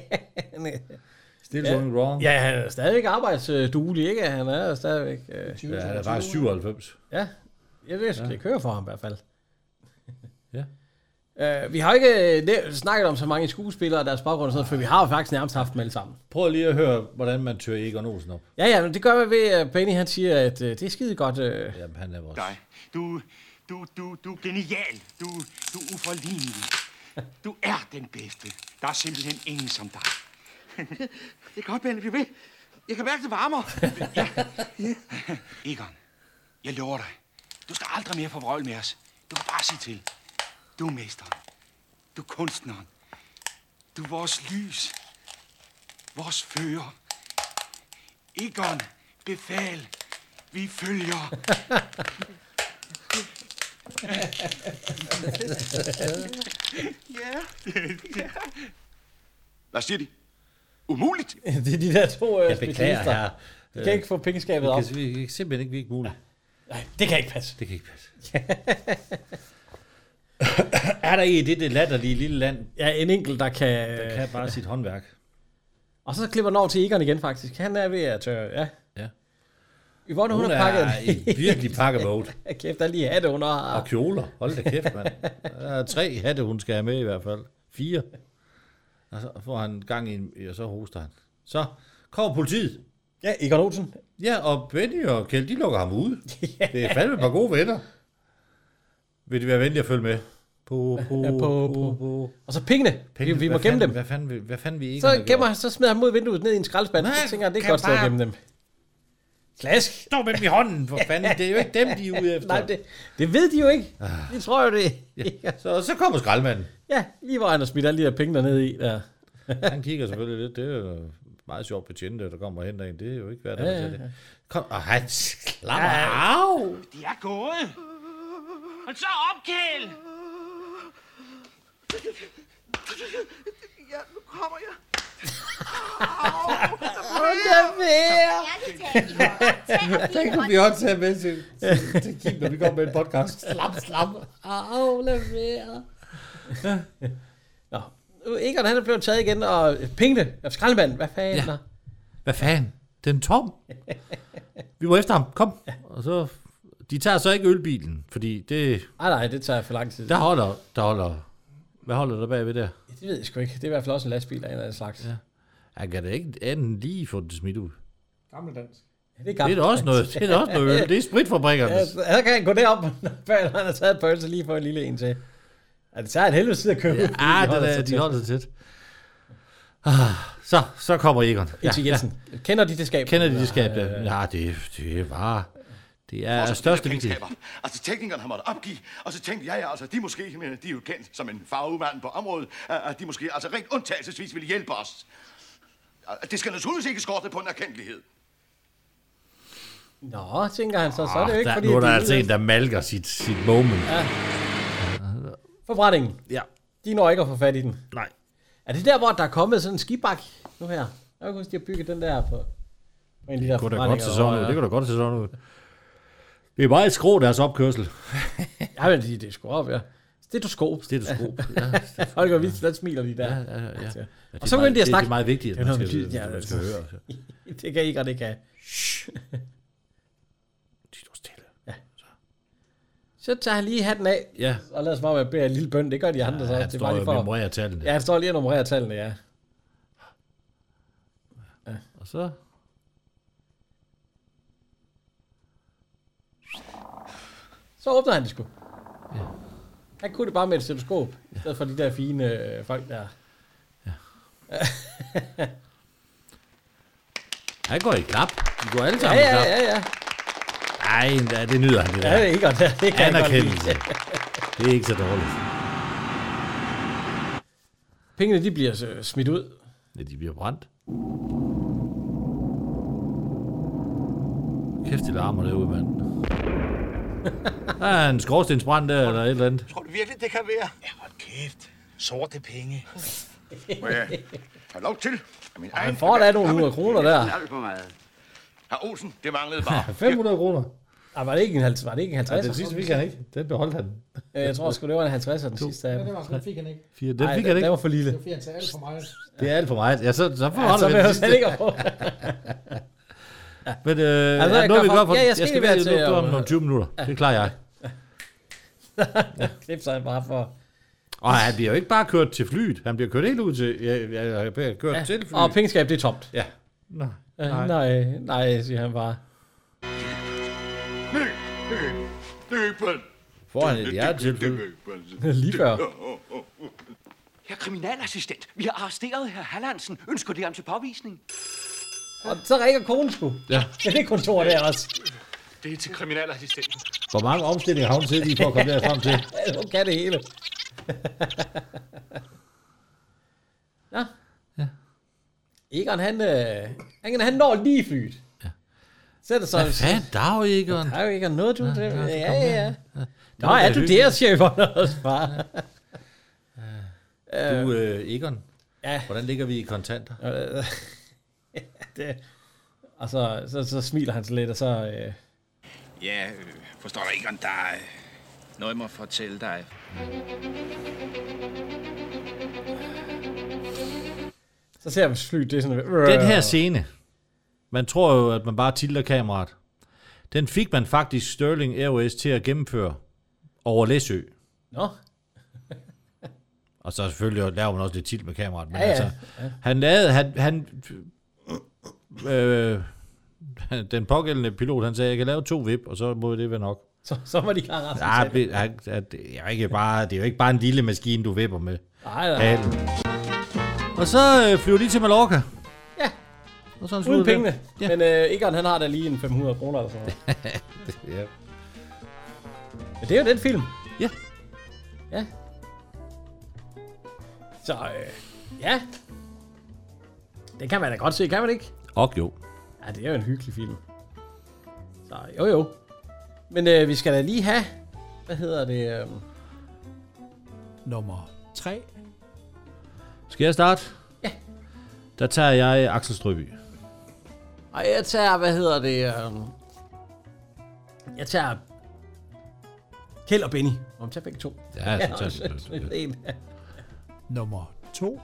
S2: Still going wrong.
S3: Ja, han er stadigvæk arbejdsduelig, ikke? Han er stadigvæk... Øh...
S2: Ja, han er faktisk syvoghalvfems.
S3: Ja, ja det skal ja. køre for ham i hvert fald.
S2: Ja.
S3: Uh, vi har ikke uh, snakket om så mange skuespillere og deres baggrund og sådan noget, for vi har jo faktisk nærmest haft dem alle sammen.
S2: Prøv lige at høre, hvordan man tør Egon Olsen op.
S3: Ja, ja, men det gør vi ved, at uh, Benny han siger, at uh, det er skide godt. Uh...
S2: Jamen, han er vores.
S4: Dig. Du, du, du, du er genial. Du, du er uforlignelig. Du er den bedste. Der er simpelthen ingen som dig.
S6: Det er godt, Benny, bliv ved. Jeg kan mærke det varmere.
S4: Ja. Ja. Egon, jeg lover dig. Du skal aldrig mere få vrøvl med os. Du kan bare sige til. Du er mesteren. Du er kunstneren. Du er vores lys. Vores fører. Egon, befal. Vi følger.
S6: Ja.
S4: Hvad siger de? Umuligt.
S3: Det er de der to uh,
S2: specialister. Her.
S3: De kan ikke få pengeskabet op.
S2: Vi kan simpelthen ikke, vi ikke muligt.
S3: Nej, det kan ikke passe.
S2: Det kan ikke passe. Er der i det, det latterlige lille land?
S3: Ja, en enkelt, der kan...
S2: Der kan bare sit håndværk.
S3: Og så klipper den over til Egon igen, faktisk. Han er ved at tørre, ja.
S2: Ja.
S3: Yvonne, hun,
S2: hun
S3: er pakket.
S2: i virkelig pakkemode.
S3: Kæft, der er lige hatte, hun har.
S2: Og kjoler. Hold da kæft, mand. Der er tre hatte, hun skal have med i hvert fald. Fire. Og så får han gang i en, og så hoster han. Så kommer politiet.
S3: Ja, Egon Olsen.
S2: Ja, og Benny og Kjeld, de lukker ham ud. Ja. Det er fandme et par gode venner. Vil de være venlige at følge med? På, på,
S3: ja, på, på, på. på. Og så pengene. pengene. Vi, vi må gemme
S2: fanden,
S3: dem.
S2: Hvad fanden, hvad fanden vi ikke
S3: så gemmer så smider han mod vinduet ned i en skraldespand. Så tænker han, det er godt sted at gemme dem. Klask.
S2: Stå med dem i hånden, for fanden. Det er jo ikke dem, de er ude efter.
S3: Nej, det, det ved de jo ikke. Det tror jeg det.
S2: Ja. Så, så kommer skraldmanden.
S3: Ja, lige hvor han har smidt alle de der penge dernede i. Der.
S2: Han kigger selvfølgelig lidt. Det er jo meget sjovt betjente, der kommer og henter en. Det er jo ikke værd, ja, ja, ja. Kom, og han slapper af.
S4: De er gået. Hold så op, Kjeld.
S6: Ja, nu kommer jeg.
S3: Hold da
S2: mere. Det kunne vi også tage med til, til, til Kim, når vi kommer med en podcast. Slap, slap. Au, lad være.
S3: Nå, Egon han er blevet taget igen, og pengene, skraldemanden, hvad fanden? Ja.
S2: Hvad fanden? Den er tom. Vi må efter ham, kom. Og så, de tager så ikke ølbilen, fordi det...
S3: Nej, nej, det tager for lang tid.
S2: Der holder, der holder... Hvad holder der bagved der?
S3: Det ved jeg sgu ikke. Det er i hvert fald også en lastbil af en eller anden slags.
S2: Ja. Jeg kan da ikke anden lige få det smidt ud.
S3: Gammeldansk. Det
S2: er, det er også noget. Det er også noget øl. Det er spritfabrikkerne.
S3: Ja, så kan han gå derop, før han har taget pølse lige for en lille en til. Ja, det tager en helvede tid at købe.
S2: Ja, ah, de, holder, de holder sig tæt. Ah, så, så kommer Egon.
S3: Ja, Jensen. Ja. Kender de det skab?
S2: Kender de det skab, ja. Ja, det, det var... Det er Vores største vigtighed.
S16: Altså, teknikeren har måttet opgive, og så tænkte jeg, ja, altså, de måske, men de er jo kendt som en fagmand på området, at de måske, altså, rent undtagelsesvis ville hjælpe os. Det skal naturligvis ikke skorte på en erkendelighed.
S3: Nå, tænker han så, så er det jo ikke,
S2: der,
S3: fordi...
S2: Nu er der altså en, der malker sit, sit moment.
S3: Ja. Forbrændingen.
S2: Ja.
S3: De når ikke at få fat i den.
S2: Nej.
S3: Er det der, hvor der er kommet sådan en skibak nu her? Jeg kan huske, de har bygget den der på, på en af de der
S2: det kunne da godt se sådan ud. Det kunne da godt se sådan ud. Det er bare et skrå, deres opkørsel.
S3: Ja, men det, det er sgu op, ja. Stetoskop.
S2: Stetoskop, ja.
S3: Holger Vitz, der smiler de der.
S2: Ja, ja, ja. ja.
S3: Og så begyndte de at snakke.
S2: Det er meget vigtigt, at man skal,
S3: det, ja,
S2: man skal høre.
S3: Det kan ikke, og det kan.
S2: De står stille.
S3: Ja. Så tager han lige hatten af,
S2: ja.
S3: og lad os bare bede en lille bøn. Det gør de andre
S2: ja,
S3: så.
S2: Han
S3: det
S2: står
S3: bare lige for...
S2: og nummererer tallene.
S3: Ja, han står lige og nummererer tallene, ja.
S2: ja. Og så...
S3: Så åbner han det sgu. Ja. Han kunne det bare med et stetoskop, i stedet for de der fine øh, folk der.
S2: Ja. Han går i klap. De går alle sammen
S3: ja,
S2: i klap.
S3: Ja, ja, ja.
S2: Ej, det nyder han det der.
S3: Ja, det er ikke godt. Det kan
S2: anerkendelse. Det er ikke så dårligt.
S3: Pengene, de bliver smidt ud.
S2: Ja, de bliver brændt. Kæft, det larmer derude, mand. Der er en skorstensbrand der, eller et eller andet.
S16: Tror du virkelig, det kan være?
S10: Ja, hold kæft. Sorte penge.
S16: Må jeg have lov til? Min
S3: egen han får da nogle hundrede kroner der.
S16: Alt for meget. Herr Olsen, det manglede bare.
S2: fem hundrede kroner.
S3: Ah, var det ikke en halvtreds? Var det ikke en halvtreds?
S2: Ja, den sidste fik han ikke. Den beholdt han.
S3: Jeg tror sgu, det var en halvtreds, den sidste af
S1: dem. Ja, den fik han ikke.
S2: Fire, den Ej, fik han ikke.
S3: Den var for lille.
S1: Det var fint, alt for meget.
S2: Det er alt for meget. Ja, så, så forholder
S3: ja,
S2: vi
S3: den sidste. Ikke
S2: Men øh,
S3: altså,
S2: er noget, vi gør for...
S3: Ja, jeg skal,
S2: jeg skal være til om nogle tyve minutter. Ja. Det klarer jeg.
S3: Ja. Klip sig bare for...
S2: Og han bliver jo ikke bare kørt til flyet. Han bliver kørt helt ud til... Jeg, jeg, jeg bliver kørt ja. til flyet.
S3: Og pengeskab, det er tomt.
S2: Ja. Nej.
S3: Nej. nej, nej, siger han bare.
S16: Nej, det er ikke på.
S2: Får han et hjertetilfælde?
S3: Lige før.
S4: Herr kriminalassistent, vi har arresteret herr Hallandsen. Ønsker det ham til påvisning?
S3: Og så ringer konen sgu.
S2: Ja.
S3: Det er det kontor der også.
S5: Det er til kriminalassistenten.
S2: Hvor mange omstillinger har hun til lige for at komme der frem til?
S3: Ja, hun kan det hele. Ja.
S2: Ja.
S3: Egon, han, øh, han, han når lige flyet.
S2: Ja.
S3: Sætter sig...
S2: Hvad fanden, der er jo Egon.
S3: Der er jo Egon noget, du... Ja, ja, ja. ja. ja. Nå,
S2: er,
S3: er du der, cheferne også, far?
S2: Du, øh, Egon,
S3: ja.
S2: Hvordan ligger vi i kontanter?
S3: det, og så, så, så smiler han så lidt, og så... Øh...
S10: Ja, øh, forstår du ikke, om der er noget, jeg må fortælle dig.
S3: Så ser vi flyet, det er sådan...
S2: Den her scene, man tror jo, at man bare tilter kameraet. Den fik man faktisk Sterling Airways til at gennemføre over Læsø.
S3: Nå.
S2: Og så selvfølgelig laver man også lidt tilt med kameraet. Men
S3: ja, ja.
S2: altså,
S3: ja.
S2: han lavede... Han, han, øh, den pågældende pilot, han sagde, jeg kan lave to vip, og så må det være nok.
S3: Så, så var de klar resten.
S2: Ja, det, er, det, er ikke bare, det er jo ikke bare en lille maskine, du vipper med.
S3: Nej, nej.
S2: Og så øh, flyver de til Mallorca.
S3: Ja.
S2: Og så
S3: uden pengene. Ja. Men øh, Egon, han har da lige en fem hundrede kroner eller sådan noget.
S2: Ja.
S3: Men det er jo den film.
S2: Ja.
S3: Ja. Så, øh, ja. Det kan man da godt se, kan man ikke?
S2: Og jo.
S3: Ja, det er jo en hyggelig film. Så, jo jo. Men øh, vi skal da lige have, hvad hedder det? Øh...
S1: Nummer tre.
S2: Skal jeg starte?
S3: Ja.
S2: Der tager jeg Axel Strøby.
S3: Og jeg tager, hvad hedder det? Øh... Jeg tager Kjeld og Benny. Om tager begge to.
S2: Ja, så tager
S3: en.
S1: Nummer to.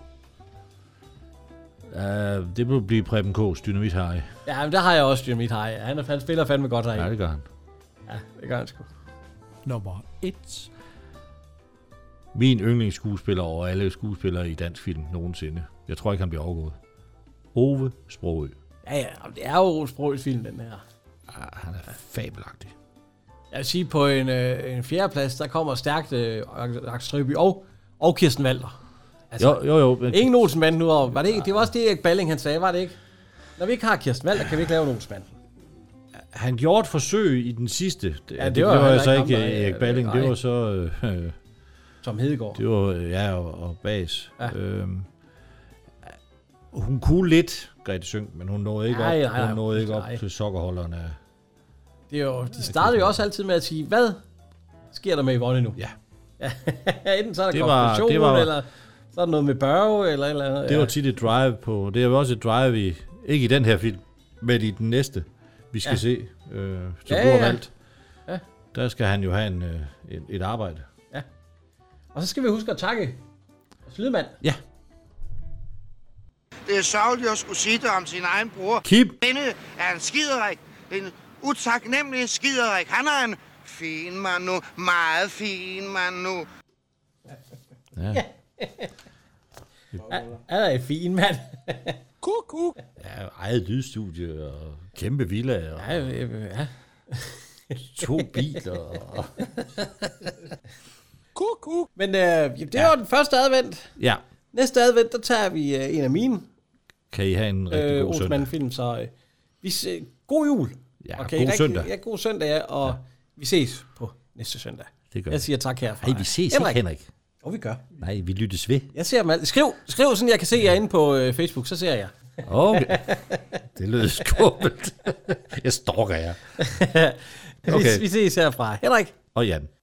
S2: Uh, det vil blive Preben K's Dynamit Harry.
S3: Ja, men der har jeg også Dynamit Harry. Han, han spiller fandme godt herinde.
S2: Ja, det gør han.
S3: Ja, det gør han sgu.
S1: Nummer et.
S2: Min yndlingsskuespiller over alle skuespillere i dansk film nogensinde. Jeg tror ikke, han bliver overgået. Ove Sprogøe.
S3: Ja, ja, det er jo Sprogøes film, den her.
S2: Ja, han er fabelagtig.
S3: Jeg vil sige, på en, øh, en fjerdeplads, der kommer stærkt øh, Axel Strøby og, og Kirsten Walther. Altså,
S2: jo, jo, jo. Men...
S3: Ingen Olsenbanden nu over. Var det ikke? Det var også det, Erik Balling, han sagde, var det ikke? Når vi ikke har Kirsten Walther, kan vi ikke lave en Olsenbanden.
S2: Han gjorde et forsøg i den sidste. Det,
S3: ja, det,
S2: det
S3: var,
S2: var altså ikke
S3: der,
S2: Erik Balling,
S3: nej.
S2: det var så... Øh,
S3: Tom Hedegaard.
S2: Det var, ja, og, og Bas.
S3: Ja.
S2: Øhm, hun kunne lidt, Grete Sønck, men hun nåede ikke
S3: nej,
S2: op,
S3: nej, nej,
S2: hun nåede ikke op
S3: nej.
S2: til sokkerholderne.
S3: Det er jo, de startede jo også altid med at sige, hvad sker der med Yvonne nu?
S2: Ja.
S3: ja enten så er der
S2: det var,
S3: konfrontation,
S2: det var,
S3: eller så er der noget med Børge, eller eller andet.
S2: Det
S3: ja.
S2: var tit et drive på, det er jo også et drive i, ikke i den her film, men i den næste, vi skal ja. se, øh, som
S3: ja,
S2: du har
S3: ja.
S2: valgt.
S3: Ja.
S2: Der skal han jo have en, øh, et, et arbejde.
S3: Ja. Og så skal vi huske at takke Slidmand.
S2: Ja.
S6: Det er sørgeligt at skulle sige det om sin egen bror.
S2: Kim.
S6: Denne er en skiderik. En utaknemmelig skiderik. Han er en fin mand nu. Meget fin mand nu.
S2: Ja.
S3: Han er en fin mand.
S6: Kuku.
S2: Ja, eget lydstudie og kæmpe villa og
S3: ja, ja.
S2: to biler. Og...
S3: Kuku. Men øh, det ja. var den første advent.
S2: Ja.
S3: Næste advent, der tager vi øh, en af mine.
S2: Kan I have en rigtig øh, god søndag.
S3: Film, så øh, vi se, god jul.
S2: Ja,
S3: og
S2: god rigtig, søndag.
S3: Ja, god søndag, ja, og ja. vi ses på næste søndag.
S2: Det gør
S3: jeg siger tak herfra.
S2: Nej, vi ses
S3: Henrik.
S2: ikke, Henrik.
S3: Og vi gør.
S2: Nej, vi lyttes ved.
S3: Jeg ser dem alt. Skriv, skriv sådan, jeg kan se jer inde på øh, Facebook, så ser jeg.
S2: Okay. Det lyder skubbelt. Jeg stalker jer.
S3: Okay. Vi, vi ses herfra. Henrik.
S2: Og Jan.